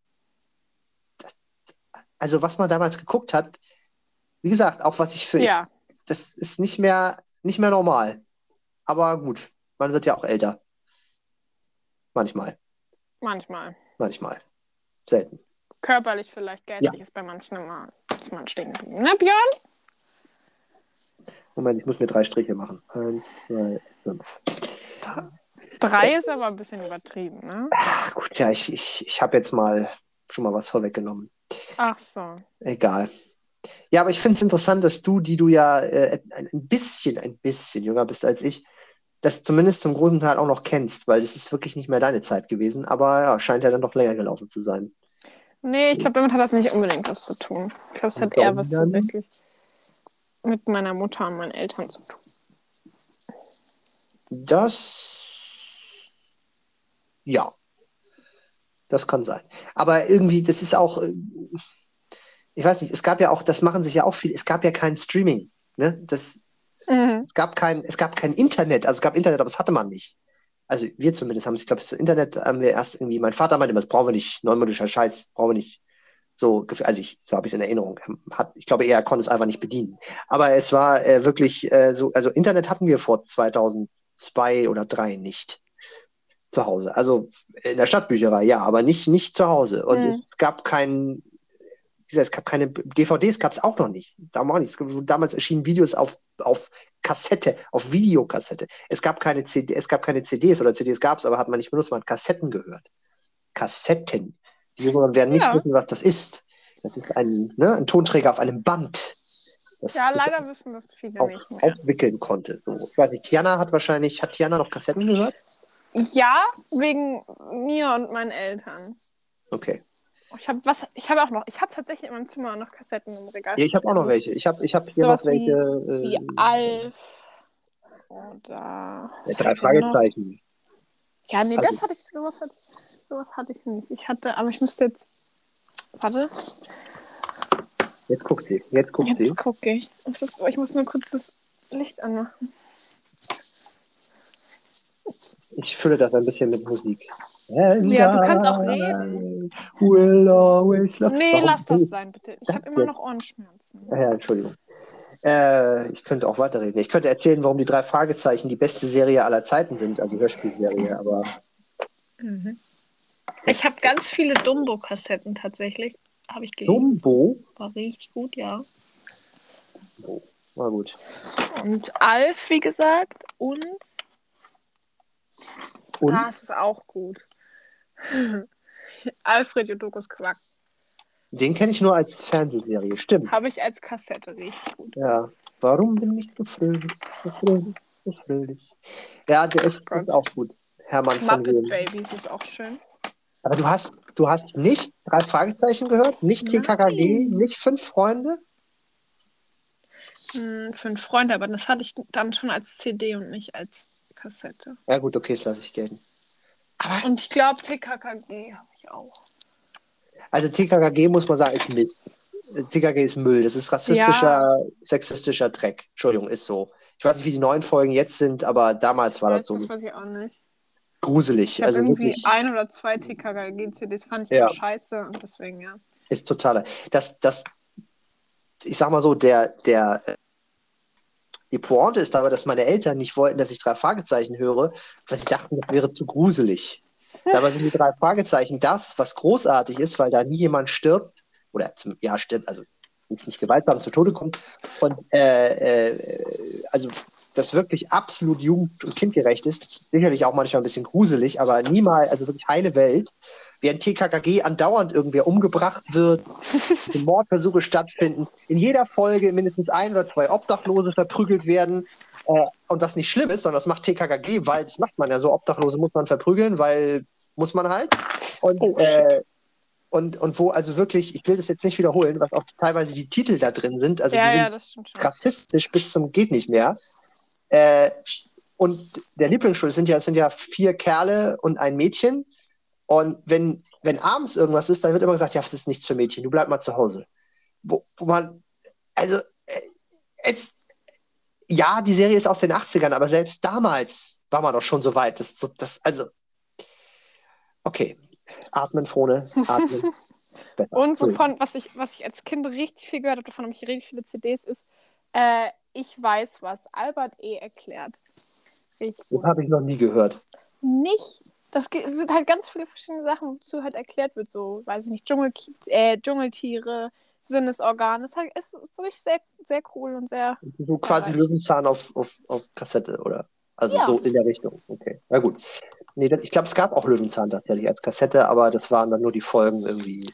also was man damals geguckt hat, wie gesagt, auch was ich Ja, das ist nicht mehr normal. Aber gut, man wird ja auch älter. Manchmal, manchmal. manchmal. Selten. Körperlich vielleicht, Ja, geistig ist bei manchen immer ist man stehen geblieben. Ne, Björn? Moment, ich muss mir 3 Striche machen. 1, 2, 5. 3 ist aber ein bisschen übertrieben, ne? Gut, ja, ich habe jetzt mal schon mal was vorweggenommen. Ach so. Egal. Ja, aber ich finde es interessant, dass du, die du ja ein bisschen jünger bist als ich, das zumindest zum großen Teil auch noch kennst, weil das ist wirklich nicht mehr deine Zeit gewesen, aber ja, scheint ja dann doch länger gelaufen zu sein. Nee, ich glaube, damit hat das nicht unbedingt was zu tun. Ich glaube, es hat eher was Sondern, tatsächlich mit meiner Mutter und meinen Eltern zu tun. ja, das kann sein. Aber irgendwie, das ist auch, ich weiß nicht, es gab ja auch, das machen sich ja auch viele, es gab ja kein Streaming, ne? Mhm. Es gab kein Internet, also es gab Internet, aber das hatte man nicht. Also wir zumindest haben es, ich glaube, das Internet haben wir erst irgendwie, mein Vater meinte, das brauchen wir nicht, neumodischer Scheiß, brauchen wir nicht. So habe ich es in Erinnerung. Ich glaube eher, er konnte es einfach nicht bedienen. Aber es war wirklich so, also Internet hatten wir vor 2002 oder 2003 nicht zu Hause. Also in der Stadtbücherei, ja, aber nicht zu Hause. Und es Mhm. gab es gab keine DVDs, gab es auch noch nicht. Damals erschienen Videos auf Kassette, auf Videokassette. Es gab keine CDs oder CDs gab es, aber hat man nicht benutzt, man hat Kassetten gehört. Kassetten. Die Jüngeren werden nicht Ja. wissen, was das ist. Das ist ein Tonträger auf einem Band, Ja, das sich leider wissen das viele nicht mehr. aufwickeln konnte. So. Ich weiß nicht, hat Tiana noch Kassetten gehört? Ja, wegen mir und meinen Eltern. Okay. Ich habe auch noch, ich habe tatsächlich in meinem Zimmer noch Kassetten im Regal Ja, ich habe stehen. auch noch Also welche. Ich hab hier noch sowas welche. wie Alf oder was hatte Drei ich denn noch? Fragezeichen. Ja, nee, Also, sowas hatte ich nicht. Aber ich müsste jetzt, warte, jetzt guckt sie. Jetzt guckt sie. jetzt gucke ich. Ich muss nur kurz das Licht anmachen. Ich fülle das ein bisschen mit Musik. Ja, du kannst auch reden. Will always love. Nee, Warum? lass das sein, bitte. Ich habe immer noch Ohrenschmerzen. Ja, Entschuldigung. Ich könnte auch weiterreden. Ich könnte erzählen, warum die drei Fragezeichen die beste Serie aller Zeiten sind, also Hörspielserie, aber. Ich habe ganz viele Dumbo-Kassetten tatsächlich. Habe ich gelesen. Dumbo? War richtig gut, ja. Oh, war gut. Und Alf, wie gesagt. Und? Das ist auch gut. Alfred Jodokus Quack. Den kenne ich nur als Fernsehserie, stimmt. Habe ich als Kassette, richtig gut. Ja. Warum bin ich so fröhlich, so fröhlich, so fröhlich? Ja, der ist auch gut. Hermann von Muppet Wien. Babies ist auch schön. Aber du hast nicht drei Fragezeichen gehört? Nicht TKKG? Nicht fünf Freunde? 5 Freunde, aber das hatte ich dann schon als CD und nicht als Kassette. Ja gut, okay, das lasse ich gelten. Und ich glaube, TKKG habe ich auch. Also TKKG, muss man sagen, ist Mist. TKKG ist Müll. Das ist rassistischer, sexistischer Dreck. Entschuldigung, ist so. Ich weiß nicht, wie die neuen Folgen jetzt sind, aber damals war das so. Das weiß ich auch nicht. Gruselig. Ich habe irgendwie wirklich, 1 oder 2 TKKG-CDs, fand ich immer scheiße und deswegen, ja. Ist totaler. Ich sag mal so, die Pointe ist aber, dass meine Eltern nicht wollten, dass ich drei Fragezeichen höre, weil sie dachten, das wäre zu gruselig. Dabei sind die drei Fragezeichen das, was großartig ist, weil da nie jemand stirbt oder stirbt, also nicht gewaltsam zu Tode kommt und also das wirklich absolut jugend- und kindgerecht ist. Sicherlich auch manchmal ein bisschen gruselig, aber niemals, also wirklich heile Welt. Während TKKG andauernd irgendwer umgebracht wird, Mordversuche stattfinden, in jeder Folge mindestens 1 oder 2 Obdachlose verprügelt werden. Und was nicht schlimm ist, sondern das macht TKKG, weil das macht man ja so, Obdachlose muss man verprügeln, weil muss man halt. Und wo also wirklich, ich will das jetzt nicht wiederholen, was auch teilweise die Titel da drin sind, also die sind das stimmt schon. rassistisch bis zum geht nicht mehr. Und der Lieblingsschul sind ja 4 Kerle und ein Mädchen. Und wenn abends irgendwas ist, dann wird immer gesagt, ja, das ist nichts für Mädchen, du bleib mal zu Hause. Wo man, also, ja, die Serie ist aus den 80ern, aber selbst damals war man doch schon so weit. Also, okay, atmen, Frone, atmen. Und wovon, was ich als Kind richtig viel gehört habe, davon habe ich richtig viele CDs, ist Ich weiß was, Albert E. erklärt. Das habe ich noch nie gehört. Nicht? Das sind halt ganz viele verschiedene Sachen, wozu halt erklärt wird, so, weiß ich nicht, Dschungeltiere, Sinnesorgane. Das ist wirklich sehr, sehr cool und sehr. So quasi Löwenzahn auf Kassette, oder? Also so in der Richtung. Okay, na gut. Nee, ich glaube, es gab auch Löwenzahn tatsächlich als Kassette, aber das waren dann nur die Folgen irgendwie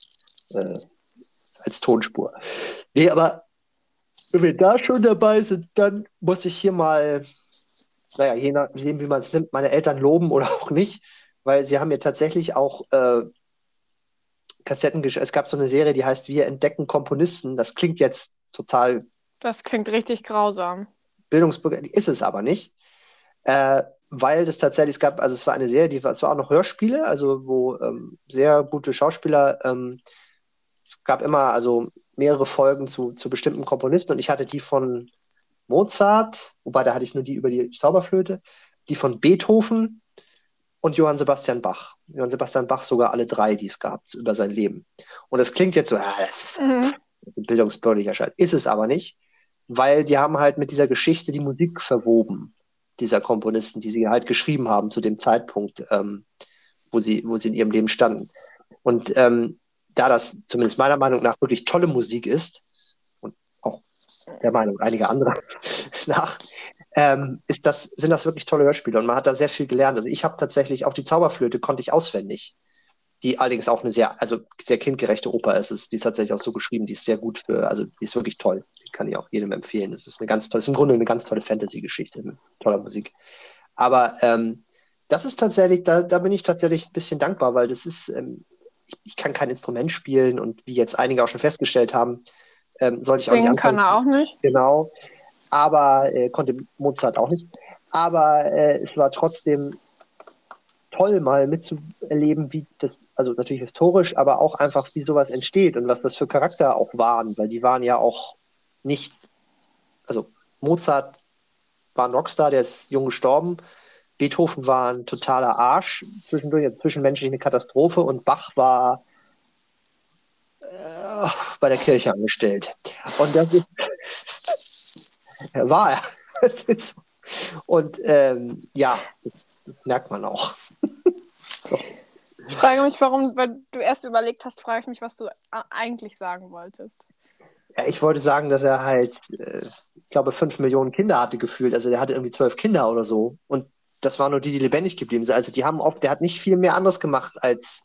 als Tonspur. Nee, aber wenn wir da schon dabei sind, dann muss ich hier mal, naja, je nachdem, wie man es nimmt, meine Eltern loben oder auch nicht, weil sie haben mir tatsächlich auch Kassetten geschickt. Es gab so eine Serie, die heißt Wir entdecken Komponisten. Das klingt jetzt total. Das klingt richtig grausam. Bildungsbürger, ist es aber nicht. Weil das tatsächlich, es war eine Serie, es war auch noch Hörspiele, also wo sehr gute Schauspieler, es gab immer also mehrere Folgen zu bestimmten Komponisten und ich hatte die von Mozart, wobei da hatte ich nur die über die Zauberflöte, die von Beethoven und Johann Sebastian Bach. Johann Sebastian Bach sogar alle 3, die es gab, über sein Leben. Und das klingt jetzt so, das ist bildungsbürgerlicher Scheiß. Ist es aber nicht, weil die haben halt mit dieser Geschichte die Musik verwoben, dieser Komponisten, die sie halt geschrieben haben zu dem Zeitpunkt, wo sie in ihrem Leben standen. Und da das zumindest meiner Meinung nach wirklich tolle Musik ist und auch der Meinung einiger anderer nach, sind das wirklich tolle Hörspiele und man hat da sehr viel gelernt. Also ich habe tatsächlich auch die Zauberflöte konnte ich auswendig, die allerdings auch eine sehr kindgerechte Oper ist. Die ist tatsächlich auch so geschrieben, die ist sehr gut die ist wirklich toll. Die kann ich auch jedem empfehlen. Das ist im Grunde eine ganz tolle Fantasy-Geschichte mit toller Musik. Aber das ist tatsächlich, da bin ich tatsächlich ein bisschen dankbar, weil das ist ich kann kein Instrument spielen und wie jetzt einige auch schon festgestellt haben, sollte ich auch nicht Singen anfangen. kann er auch nicht. Genau, aber konnte Mozart auch nicht. Aber es war trotzdem toll, mal mitzuerleben, wie das, also natürlich historisch, aber auch einfach, wie sowas entsteht und was das für Charakter auch waren, weil die waren ja auch nicht, also Mozart war ein Rockstar, der ist jung gestorben. Beethoven war ein totaler Arsch, zwischendurch zwischenmenschlich eine Katastrophe und Bach war bei der Kirche angestellt. Und das ist, war er. Das ist so. Und ja, das merkt man auch. So. Ich frage mich, warum, weil du erst überlegt hast, frage ich mich, was du eigentlich sagen wolltest. Ja, ich wollte sagen, dass er halt, ich glaube, 5 Millionen Kinder hatte gefühlt. Also der hatte irgendwie 12 Kinder oder so. Und das waren nur die, die lebendig geblieben sind. Also die haben oft, der hat nicht viel mehr anderes gemacht, als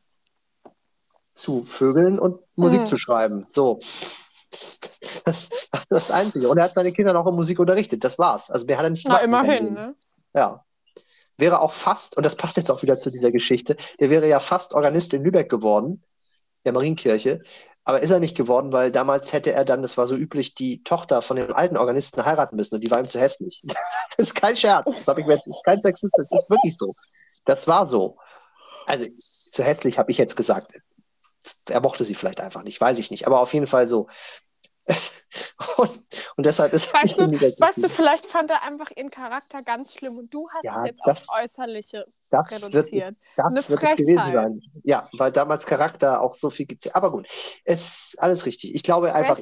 zu vögeln und Musik zu schreiben. So. Das war das Einzige. Und er hat seine Kinder noch in Musik unterrichtet. Das war's. Also mehr hat er nicht Na, gemacht. immerhin, ne? Ja. Wäre auch fast, und das passt jetzt auch wieder zu dieser Geschichte, der wäre ja fast Organist in Lübeck geworden, der Marienkirche. Aber ist er nicht geworden, weil damals hätte er dann, das war so üblich, die Tochter von dem alten Organisten heiraten müssen und die war ihm zu hässlich. Das ist kein Scherz. Das habe ich mir jetzt, kein Sexist, das ist wirklich so. Das war so. Also zu hässlich habe ich jetzt gesagt. Er mochte sie vielleicht einfach nicht, weiß ich nicht. Aber auf jeden Fall so. Und deshalb ist weißt du, vielleicht fand er einfach ihren Charakter ganz schlimm und du hast es jetzt aufs Äußerliche reduziert. Das wird es gewesen sein. Ja, weil damals Charakter auch so viel gezählt. Aber gut, es ist alles richtig. Ich glaube einfach,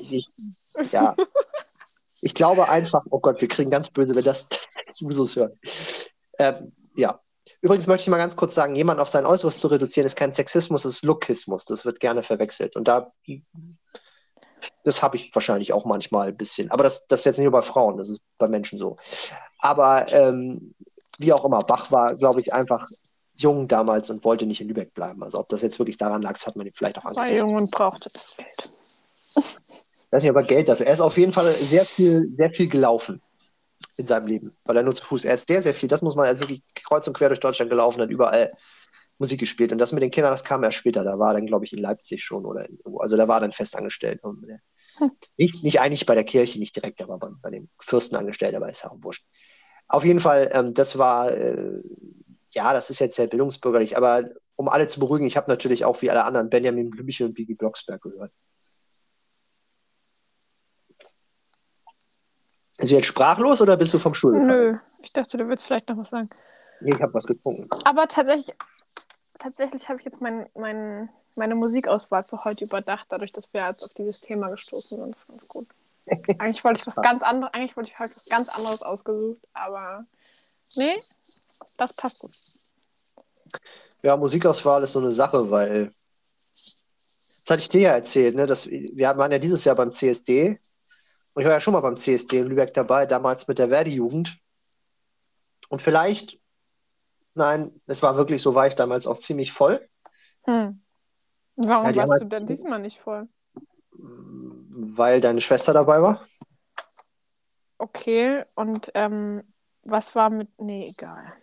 ich glaube einfach, oh Gott, wir kriegen ganz böse, wenn das Jusos hören. Ja. Übrigens möchte ich mal ganz kurz sagen, jemand auf sein Äußeres zu reduzieren, ist kein Sexismus, das ist Lookismus. Das wird gerne verwechselt. Und das habe ich wahrscheinlich auch manchmal ein bisschen. Aber das ist jetzt nicht nur bei Frauen, das ist bei Menschen so. Aber wie auch immer, Bach war, glaube ich, einfach jung damals und wollte nicht in Lübeck bleiben. Also ob das jetzt wirklich daran lag, das hat man ihm vielleicht auch angeguckt. War jung und brauchte das Geld. Ich weiß nicht, ob er Geld dafür. Er ist auf jeden Fall sehr viel gelaufen in seinem Leben, weil er nur zu Fuß. Er ist sehr viel, das muss man, also wirklich kreuz und quer durch Deutschland gelaufen, hat überall Musik gespielt. Und das mit den Kindern, das kam erst später. Da war er dann, glaube ich, in Leipzig schon oder irgendwo. Also da war er dann festangestellt. Nicht eigentlich bei der Kirche, nicht direkt, aber bei dem Fürsten angestellt, aber ist ja auch wurscht. Auf jeden Fall, das war, das ist jetzt sehr bildungsbürgerlich, aber um alle zu beruhigen, ich habe natürlich auch wie alle anderen Benjamin Blümchen und Bibi Blocksberg gehört. Bist du jetzt sprachlos oder bist du vom Stuhl gefallen? Nö, ich dachte, du würdest vielleicht noch was sagen. Nee, ich habe was getrunken. Aber tatsächlich habe ich jetzt meine Musikauswahl für heute überdacht, dadurch, dass wir jetzt auf dieses Thema gestoßen sind. Das ist ganz gut. Eigentlich wollte ich heute was ganz anderes ausgesucht, aber nee, das passt gut. Ja, Musikauswahl ist so eine Sache, weil das hatte ich dir ja erzählt, ne? Wir waren ja dieses Jahr beim CSD und ich war ja schon mal beim CSD in Lübeck dabei, damals mit der Verdi-Jugend. Und vielleicht, nein, es war wirklich so, war ich damals auch ziemlich voll. Warum warst du denn diesmal nicht voll? Weil deine Schwester dabei war. Okay, und was war mit... Nee, egal.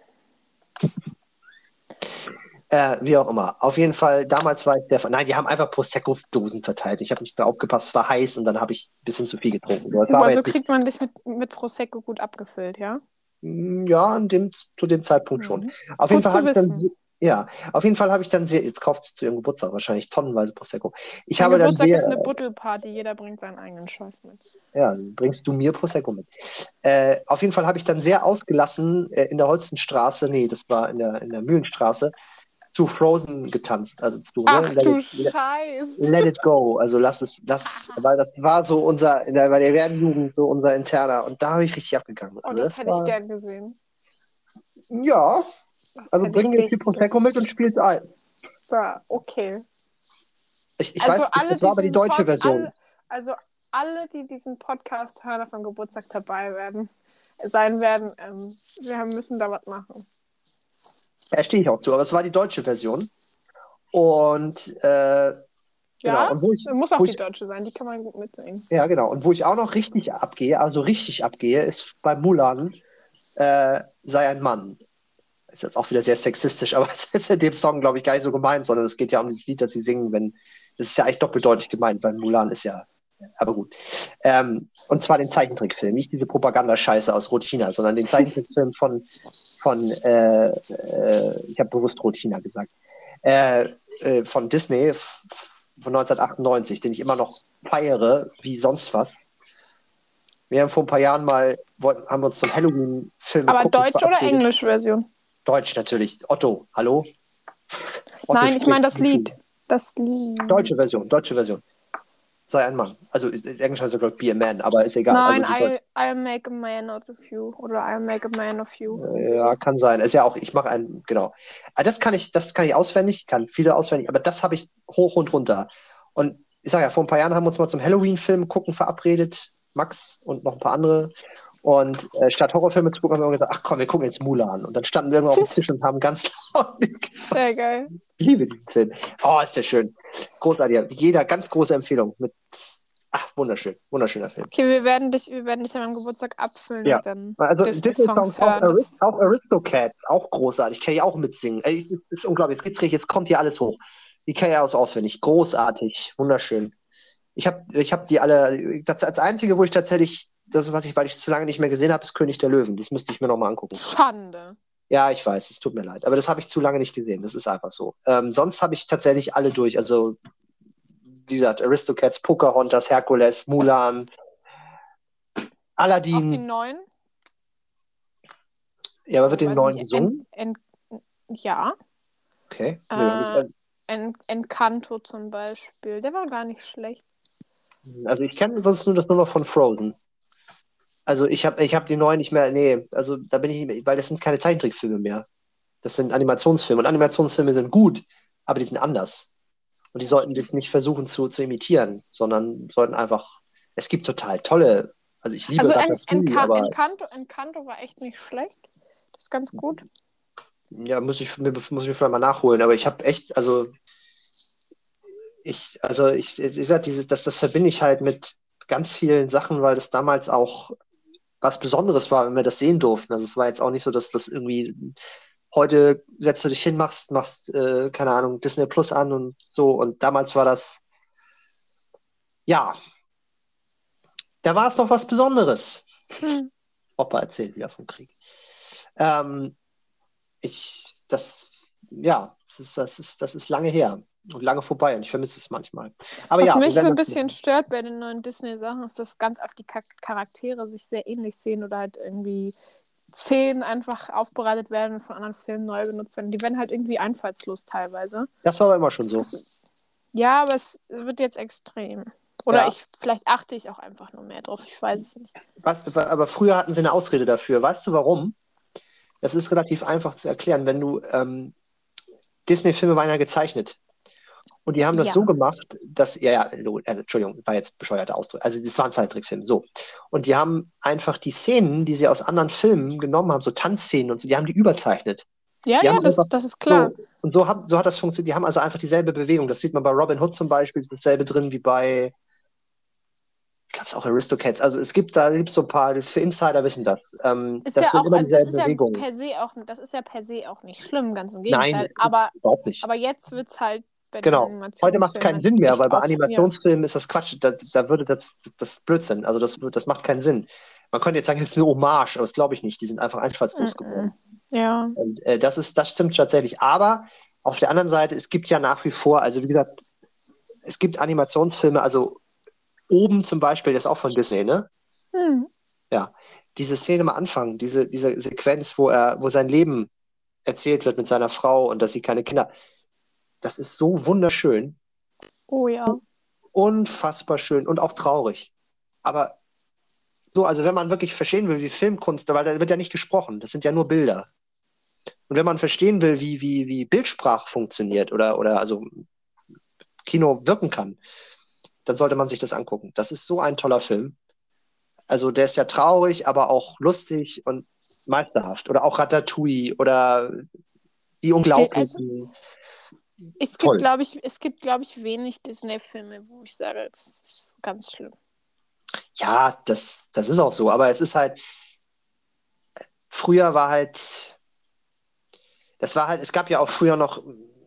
Wie auch immer. Auf jeden Fall, damals war ich Nein, die haben einfach Prosecco-Dosen verteilt. Ich habe nicht da aufgepasst, es war heiß und dann habe ich ein bisschen zu viel getrunken. Also kriegt man dich mit Prosecco gut abgefüllt, ja? Ja, zu dem Zeitpunkt schon. Auf jeden Fall habe ich dann jetzt kauft sie zu ihrem Geburtstag wahrscheinlich tonnenweise Prosecco. Geburtstag ist eine Buttelparty, jeder bringt seinen eigenen Scheiß mit. Ja, dann bringst du mir Prosecco mit. Auf jeden Fall habe ich dann sehr ausgelassen in der Holstenstraße, das war in der Mühlenstraße, zu Frozen getanzt. Also du Scheiße. Let it go. Also weil das war so bei der Verdi-Jugend so unser interner und da habe ich richtig abgegangen. Also das hätte ich gern gesehen. Ja, also bring jetzt die Prosecco mit und spiel's ein. Ja, okay. Ich weiß, das war aber die deutsche Version. Alle, die diesen Podcast hören, auf dem Geburtstag dabei sein werden, wir müssen da was machen. Da stehe ich auch zu, aber es war die deutsche Version. Und genau. Und muss auch die deutsche sein, die kann man gut mitsingen. Ja, genau. Und wo ich auch noch richtig abgehe, ist bei Mulan sei ein Mann. ist jetzt auch wieder sehr sexistisch, aber es ist in dem Song, glaube ich, gar nicht so gemeint, sondern es geht ja um dieses Lied, das sie singen, das ist ja eigentlich doppeldeutig gemeint, weil Mulan ist ja, aber gut. Und zwar den Zeichentrickfilm, nicht diese Propagandascheiße aus Rotina, sondern den Zeichentrickfilm ich habe bewusst Rotina gesagt, von Disney von 1998, den ich immer noch feiere, wie sonst was. Wir haben vor ein paar Jahren haben wir uns zum Halloween-Film Aber geguckt. Deutsch- oder Englisch-Version? Deutsch natürlich. Otto, hallo? Otto Nein, ich meine das spricht Lied. Das Lied. Deutsche Version. Sei ein Mann. Also Englisch heißt sogar Be a Man, aber ist egal. Nein, Also, I'll make a man out of you. Oder I'll make a man of you. ja, kann sein. Ist ja auch, ich mache einen, genau. Aber das kann ich auswendig, kann viele auswendig, aber das habe ich hoch und runter. Und ich sage ja, vor ein paar Jahren haben wir uns mal zum Halloween-Film gucken verabredet, Max und noch ein paar andere. Und statt Horrorfilme zu gucken, haben wir gesagt, ach komm, wir gucken jetzt Mulan. Und dann standen wir irgendwo auf dem Tisch und haben ganz laut gesagt. Sehr geil. Ich liebe diesen Film. Oh, ist der schön. Großartig. Jeder ganz große Empfehlung. Wunderschön. Wunderschöner Film. Okay, wir werden dich an meinem Geburtstag abfüllen Ja. und dann Also Disney-Songs hören. auch Aristocats, auch großartig. Kann ich auch mitsingen. Ist unglaublich. Jetzt kommt hier alles hoch. Die kann ich auswendig. Großartig. Wunderschön. Ich hab die alle. Das Einzige, wo ich tatsächlich, weil ich zu lange nicht mehr gesehen habe, ist König der Löwen. Das müsste ich mir nochmal angucken. Schande. Ja, ich weiß, es tut mir leid. Aber das habe ich zu lange nicht gesehen. Das ist einfach so. Sonst habe ich tatsächlich alle durch. Also, wie gesagt, Aristocats, Pocahontas, Herkules, Mulan, Aladdin. Auch die neuen? Ja, aber wird den neuen gesungen? Ja. Okay. Encanto zum Beispiel. Der war gar nicht schlecht. Also ich kenne sonst nur noch von Frozen. Also ich hab die neuen nicht mehr, nee, also da bin ich nicht mehr, weil das sind keine Zeichentrickfilme mehr. Das sind Animationsfilme und Animationsfilme sind gut, aber die sind anders. Und die sollten das nicht versuchen zu imitieren, sondern sollten einfach, es gibt total tolle, also ich liebe Encanto war echt nicht schlecht. Das ist ganz gut. Ja, muss ich vielleicht mal nachholen, aber ich habe echt, ich sag, das verbinde ich halt mit ganz vielen Sachen, weil das damals auch was Besonderes war, wenn wir das sehen durften. Also es war jetzt auch nicht so, dass das irgendwie heute setzt du dich hin, machst keine Ahnung, Disney Plus an und so. Und damals war das, ja, da war es noch was Besonderes. Opa erzählt wieder vom Krieg. Das ist lange her und lange vorbei und ich vermisse es manchmal. Aber was mich so ein bisschen stört bei den neuen Disney-Sachen, ist, dass ganz oft die Charaktere sich sehr ähnlich sehen oder halt irgendwie Szenen einfach aufbereitet werden und von anderen Filmen neu benutzt werden. Die werden halt irgendwie einfallslos teilweise. Das war aber immer schon so. Ja, aber es wird jetzt extrem. Oder vielleicht achte ich auch einfach nur mehr drauf. Ich weiß es nicht. Aber früher hatten sie eine Ausrede dafür. Weißt du warum? Das ist relativ einfach zu erklären. Wenn du Disney-Filme waren ja gezeichnet. Und die haben das so gemacht, dass, Entschuldigung, war jetzt bescheuerter Ausdruck. Also das war ein Zeichentrickfilm, so. Und die haben einfach die Szenen, die sie aus anderen Filmen genommen haben, so Tanzszenen und so, die haben die überzeichnet. Das ist klar. Und so hat das funktioniert. Die haben also einfach dieselbe Bewegung. Das sieht man bei Robin Hood zum Beispiel, ist dasselbe drin wie bei, ich glaube es auch Aristocats. Also es gibt so ein paar, für Insider wissen das. Das sind immer dieselben Bewegungen. Das ist ja per se auch nicht schlimm, ganz im Gegenteil. Nein, überhaupt nicht. Aber jetzt wird es halt bei genau. Heute macht es keinen Sinn mehr, weil bei Animationsfilmen ist das Quatsch. Da würde das Blödsinn. Also das macht keinen Sinn. Man könnte jetzt sagen, es ist eine Hommage, aber das glaube ich nicht. Die sind einfach einfallslos geworden. Ja. Und das stimmt tatsächlich. Aber auf der anderen Seite, es gibt ja nach wie vor, also wie gesagt, es gibt Animationsfilme, also Oben zum Beispiel, das ist auch von Disney, ne? Ja. Diese Szene am Anfang, diese Sequenz, wo sein Leben erzählt wird mit seiner Frau und dass sie keine Kinder. Das ist so wunderschön. Oh ja. Unfassbar schön und auch traurig. Aber so, also wenn man wirklich verstehen will, wie Filmkunst, weil da wird ja nicht gesprochen, das sind ja nur Bilder. Und wenn man verstehen will, wie Bildsprache funktioniert oder also Kino wirken kann, dann sollte man sich das angucken. Das ist so ein toller Film. Also der ist ja traurig, aber auch lustig und meisterhaft. Oder auch Ratatouille oder Die Unglaublichen. Es gibt, glaube ich, wenig Disney-Filme, wo ich sage, das ist ganz schlimm. Ja, das ist auch so. Aber es ist halt, früher war halt, Das war halt, es gab ja auch früher noch,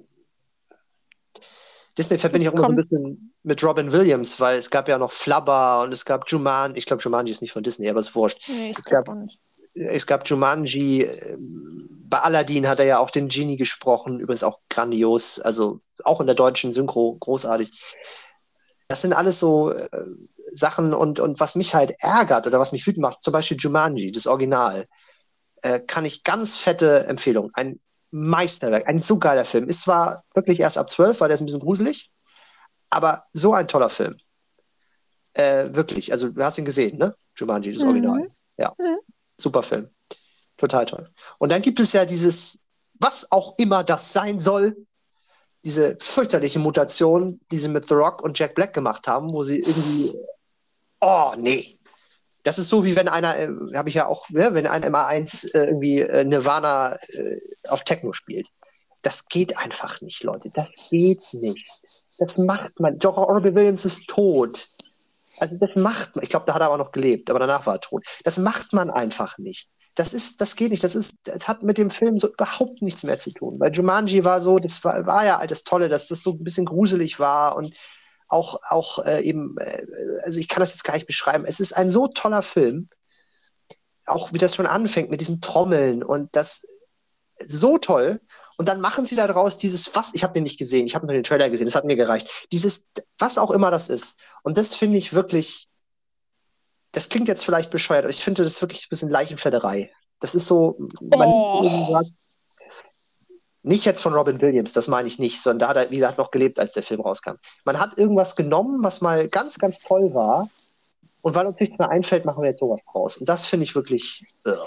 Disney verbinde ich auch Jetzt immer so ein kommt. bisschen mit Robin Williams, weil es gab ja noch Flubber und es gab Jumanji. Ich glaube, Jumanji ist nicht von Disney, aber ist wurscht. Nee, ich Es gab, glaube auch nicht. es gab Jumanji. Bei Aladdin hat er ja auch den Genie gesprochen, übrigens auch grandios, also auch in der deutschen Synchro großartig. Das sind alles so Sachen und was mich halt ärgert oder was mich wütend macht, zum Beispiel Jumanji, das Original, kann ich ganz fette Empfehlung. Ein Meisterwerk, ein so geiler Film. Ist zwar wirklich erst ab 12, weil der ist ein bisschen gruselig, aber so ein toller Film. Wirklich, also du hast ihn gesehen, ne? Jumanji, das Original. Mhm. Ja, Mhm. super Film. Total toll. Und dann gibt es ja dieses, was auch immer das sein soll, diese fürchterliche Mutation, die sie mit The Rock und Jack Black gemacht haben, wo sie irgendwie, oh nee. Das ist so, wie wenn einer, habe ich ja auch, ne, wenn einer immer eins irgendwie Nirvana auf Techno spielt. Das geht einfach nicht, Leute. Das geht nicht. Das macht man. Robin Williams ist tot. Also das macht man. Ich glaube, da hat er aber noch gelebt, aber danach war er tot. Das macht man einfach nicht. Das geht nicht. Das hat mit dem Film so überhaupt nichts mehr zu tun. Weil Jumanji war so, war ja das Tolle, dass das so ein bisschen gruselig war und auch eben, also ich kann das jetzt gar nicht beschreiben. Es ist ein so toller Film, auch wie das schon anfängt mit diesem Trommeln und das so toll. Und dann machen sie daraus dieses, was, ich habe den nicht gesehen, ich habe nur den Trailer gesehen, das hat mir gereicht. Dieses, was auch immer das ist. Und das finde ich wirklich, das klingt jetzt vielleicht bescheuert, aber ich finde das wirklich ein bisschen Leichenfledderei. Das ist so, man Oh. nicht jetzt von Robin Williams, das meine ich nicht, sondern da hat er, wie gesagt, noch gelebt, als der Film rauskam. Man hat irgendwas genommen, was mal ganz, ganz toll war, und weil uns nichts mehr einfällt, machen wir jetzt sowas draus. Und das finde ich wirklich,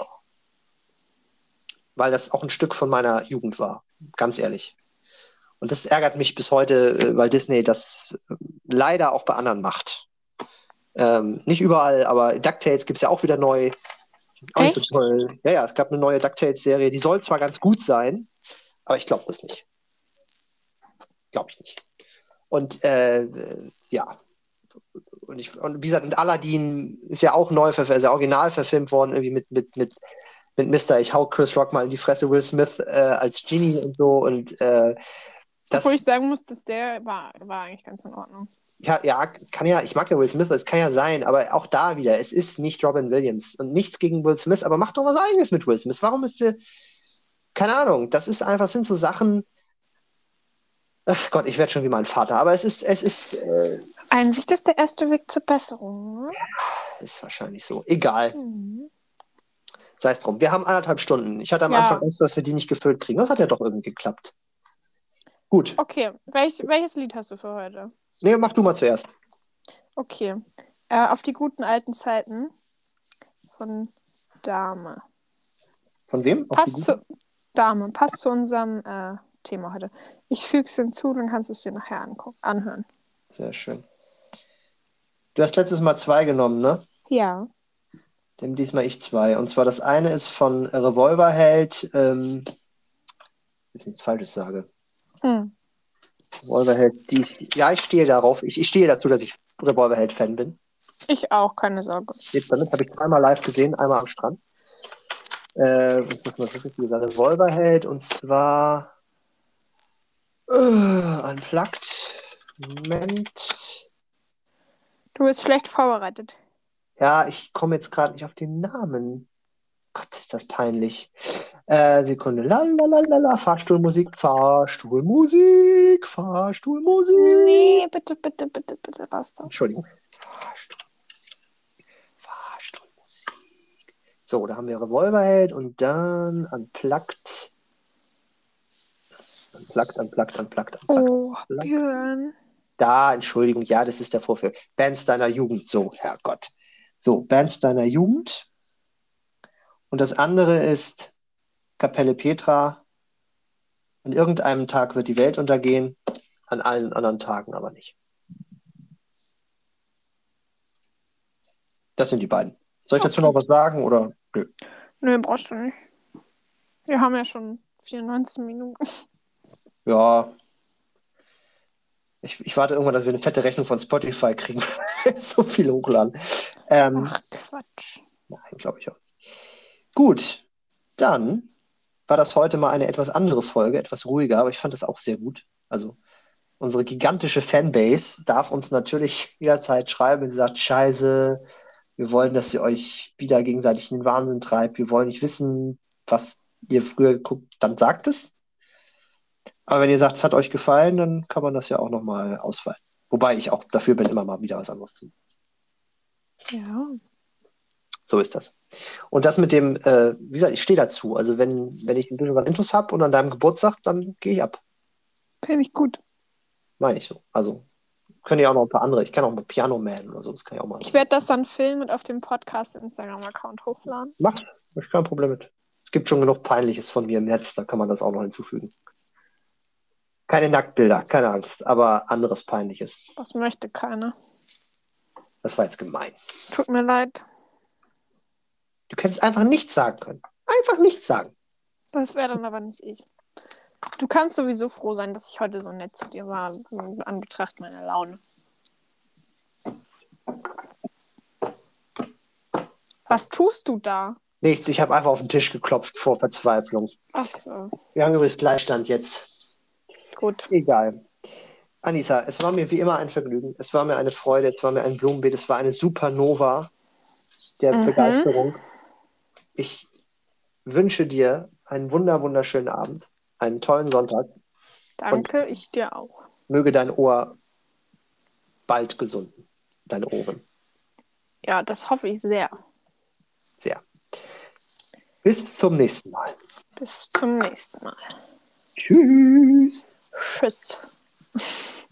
weil das auch ein Stück von meiner Jugend war, ganz ehrlich. Und das ärgert mich bis heute, weil Disney das leider auch bei anderen macht. Nicht überall, aber DuckTales gibt es ja auch wieder neu. Auch nicht so Echt? toll. Ja, es gab eine neue DuckTales-Serie, die soll zwar ganz gut sein, aber ich glaube das nicht. Glaube ich nicht. Und ja. Und wie gesagt, und Aladdin ist ja auch neu, also original verfilmt worden, irgendwie mit Mister, ich hau Chris Rock mal in die Fresse, Will Smith als Genie und so. Und das, Obwohl ich sagen muss, dass der war eigentlich ganz in Ordnung. ja, kann ja, ich mag ja Will Smith, das kann ja sein, aber auch da wieder, es ist nicht Robin Williams und nichts gegen Will Smith, aber mach doch was Eigenes mit Will Smith. Warum ist der, keine Ahnung, das ist einfach, sind so Sachen, ach Gott, ich werde schon wie mein Vater, aber es ist Einsicht ist der erste Weg zur Besserung. Ne? ist wahrscheinlich so. Egal, Mhm. sei es drum. Wir haben 1,5 Stunden. Ich hatte am Anfang Ja, Angst, dass wir die nicht gefüllt kriegen. Das hat ja doch irgendwie geklappt. Gut. okay. Welches Lied hast du für heute? Nee, mach du mal zuerst. Okay. Auf die guten alten Zeiten von Dame. Von wem? Auf die Passt gute? zu Dame, passt zu unserem Thema heute. Ich füge es hinzu, dann kannst du es dir nachher anhören. Sehr schön. Du hast letztes Mal 2 genommen, ne? Ja. Dem diesmal ich 2. Und zwar das eine ist von Revolverheld. Jetzt nichts Falsches sage. Hm. Revolverheld, ja, ich stehe darauf. Ich stehe dazu, dass ich Revolverheld-Fan bin. Ich auch, keine Sorge. Jetzt damit habe ich 2-mal live gesehen, einmal am Strand. Ich muss mal gucken, wie gesagt, Revolverheld und zwar Unplugged. Moment. Du bist schlecht vorbereitet. Ja, ich komme jetzt gerade nicht auf den Namen. Gott, ist das peinlich. Sekunde. Lalalala. Fahrstuhlmusik, Fahrstuhlmusik, Fahrstuhlmusik. Nee, bitte, bitte, bitte, bitte, lass das. Entschuldigung. Fahrstuhlmusik, Fahrstuhlmusik. So, da haben wir Revolverheld und dann Unplugged. Unplugged. Oh, Björn. Da, Entschuldigung, ja, das ist der Vorführ. Bands deiner Jugend, so, Herrgott. So, Bands deiner Jugend. Und das andere ist Kapelle Petra. An irgendeinem Tag wird die Welt untergehen, an allen anderen Tagen aber nicht. Das sind die beiden. Soll ich dazu noch was sagen oder? Nö. Nö, brauchst du nicht. Wir haben ja schon 94 Minuten. Ja. Ich warte irgendwann, dass wir eine fette Rechnung von Spotify kriegen. So viel hochladen. Ach, Quatsch. Nein, glaube ich auch nicht. Gut, dann war das heute mal eine etwas andere Folge, etwas ruhiger, aber ich fand das auch sehr gut. Also unsere gigantische Fanbase darf uns natürlich jederzeit schreiben, wenn sie sagt, Scheiße, wir wollen, dass ihr euch wieder gegenseitig in den Wahnsinn treibt. Wir wollen nicht wissen, was ihr früher geguckt, dann sagt es. Aber wenn ihr sagt, es hat euch gefallen, dann kann man das ja auch nochmal ausweiten. Wobei ich auch dafür bin, immer mal wieder was anderes zu. Ja. So ist das. Und das mit dem, wie gesagt, ich stehe dazu. Also wenn ich ein bisschen was Intus habe und an deinem Geburtstag, dann gehe ich ab. Finde ich gut. Meine ich so. Also können ja auch noch ein paar andere. Ich kann auch mal Piano Man oder so. Das kann ich auch mal. Ich werde das dann filmen und auf dem Podcast-Instagram-Account hochladen. Macht. Hab ich kein Problem mit. Es gibt schon genug Peinliches von mir im Netz. Da kann man das auch noch hinzufügen. Keine Nacktbilder, keine Angst. Aber anderes Peinliches. Das möchte keiner. Das war jetzt gemein. Tut mir leid. Du hättest einfach nichts sagen können. Einfach nichts sagen. Das wäre dann aber nicht ich. Du kannst sowieso froh sein, dass ich heute so nett zu dir war, in Anbetracht meiner Laune. Was tust du da? Nichts, ich habe einfach auf den Tisch geklopft vor Verzweiflung. Ach so. Wir haben übrigens Gleichstand jetzt. Gut. Egal. Anissa, es war mir wie immer ein Vergnügen. Es war mir eine Freude, es war mir ein Blumenbeet, es war eine Supernova der Begeisterung. Ich wünsche dir einen wunderschönen Abend, einen tollen Sonntag. Danke, ich dir auch. Möge dein Ohr bald gesunden, deine Ohren. Ja, das hoffe ich sehr. Sehr. Bis zum nächsten Mal. Bis zum nächsten Mal. Tschüss. Tschüss.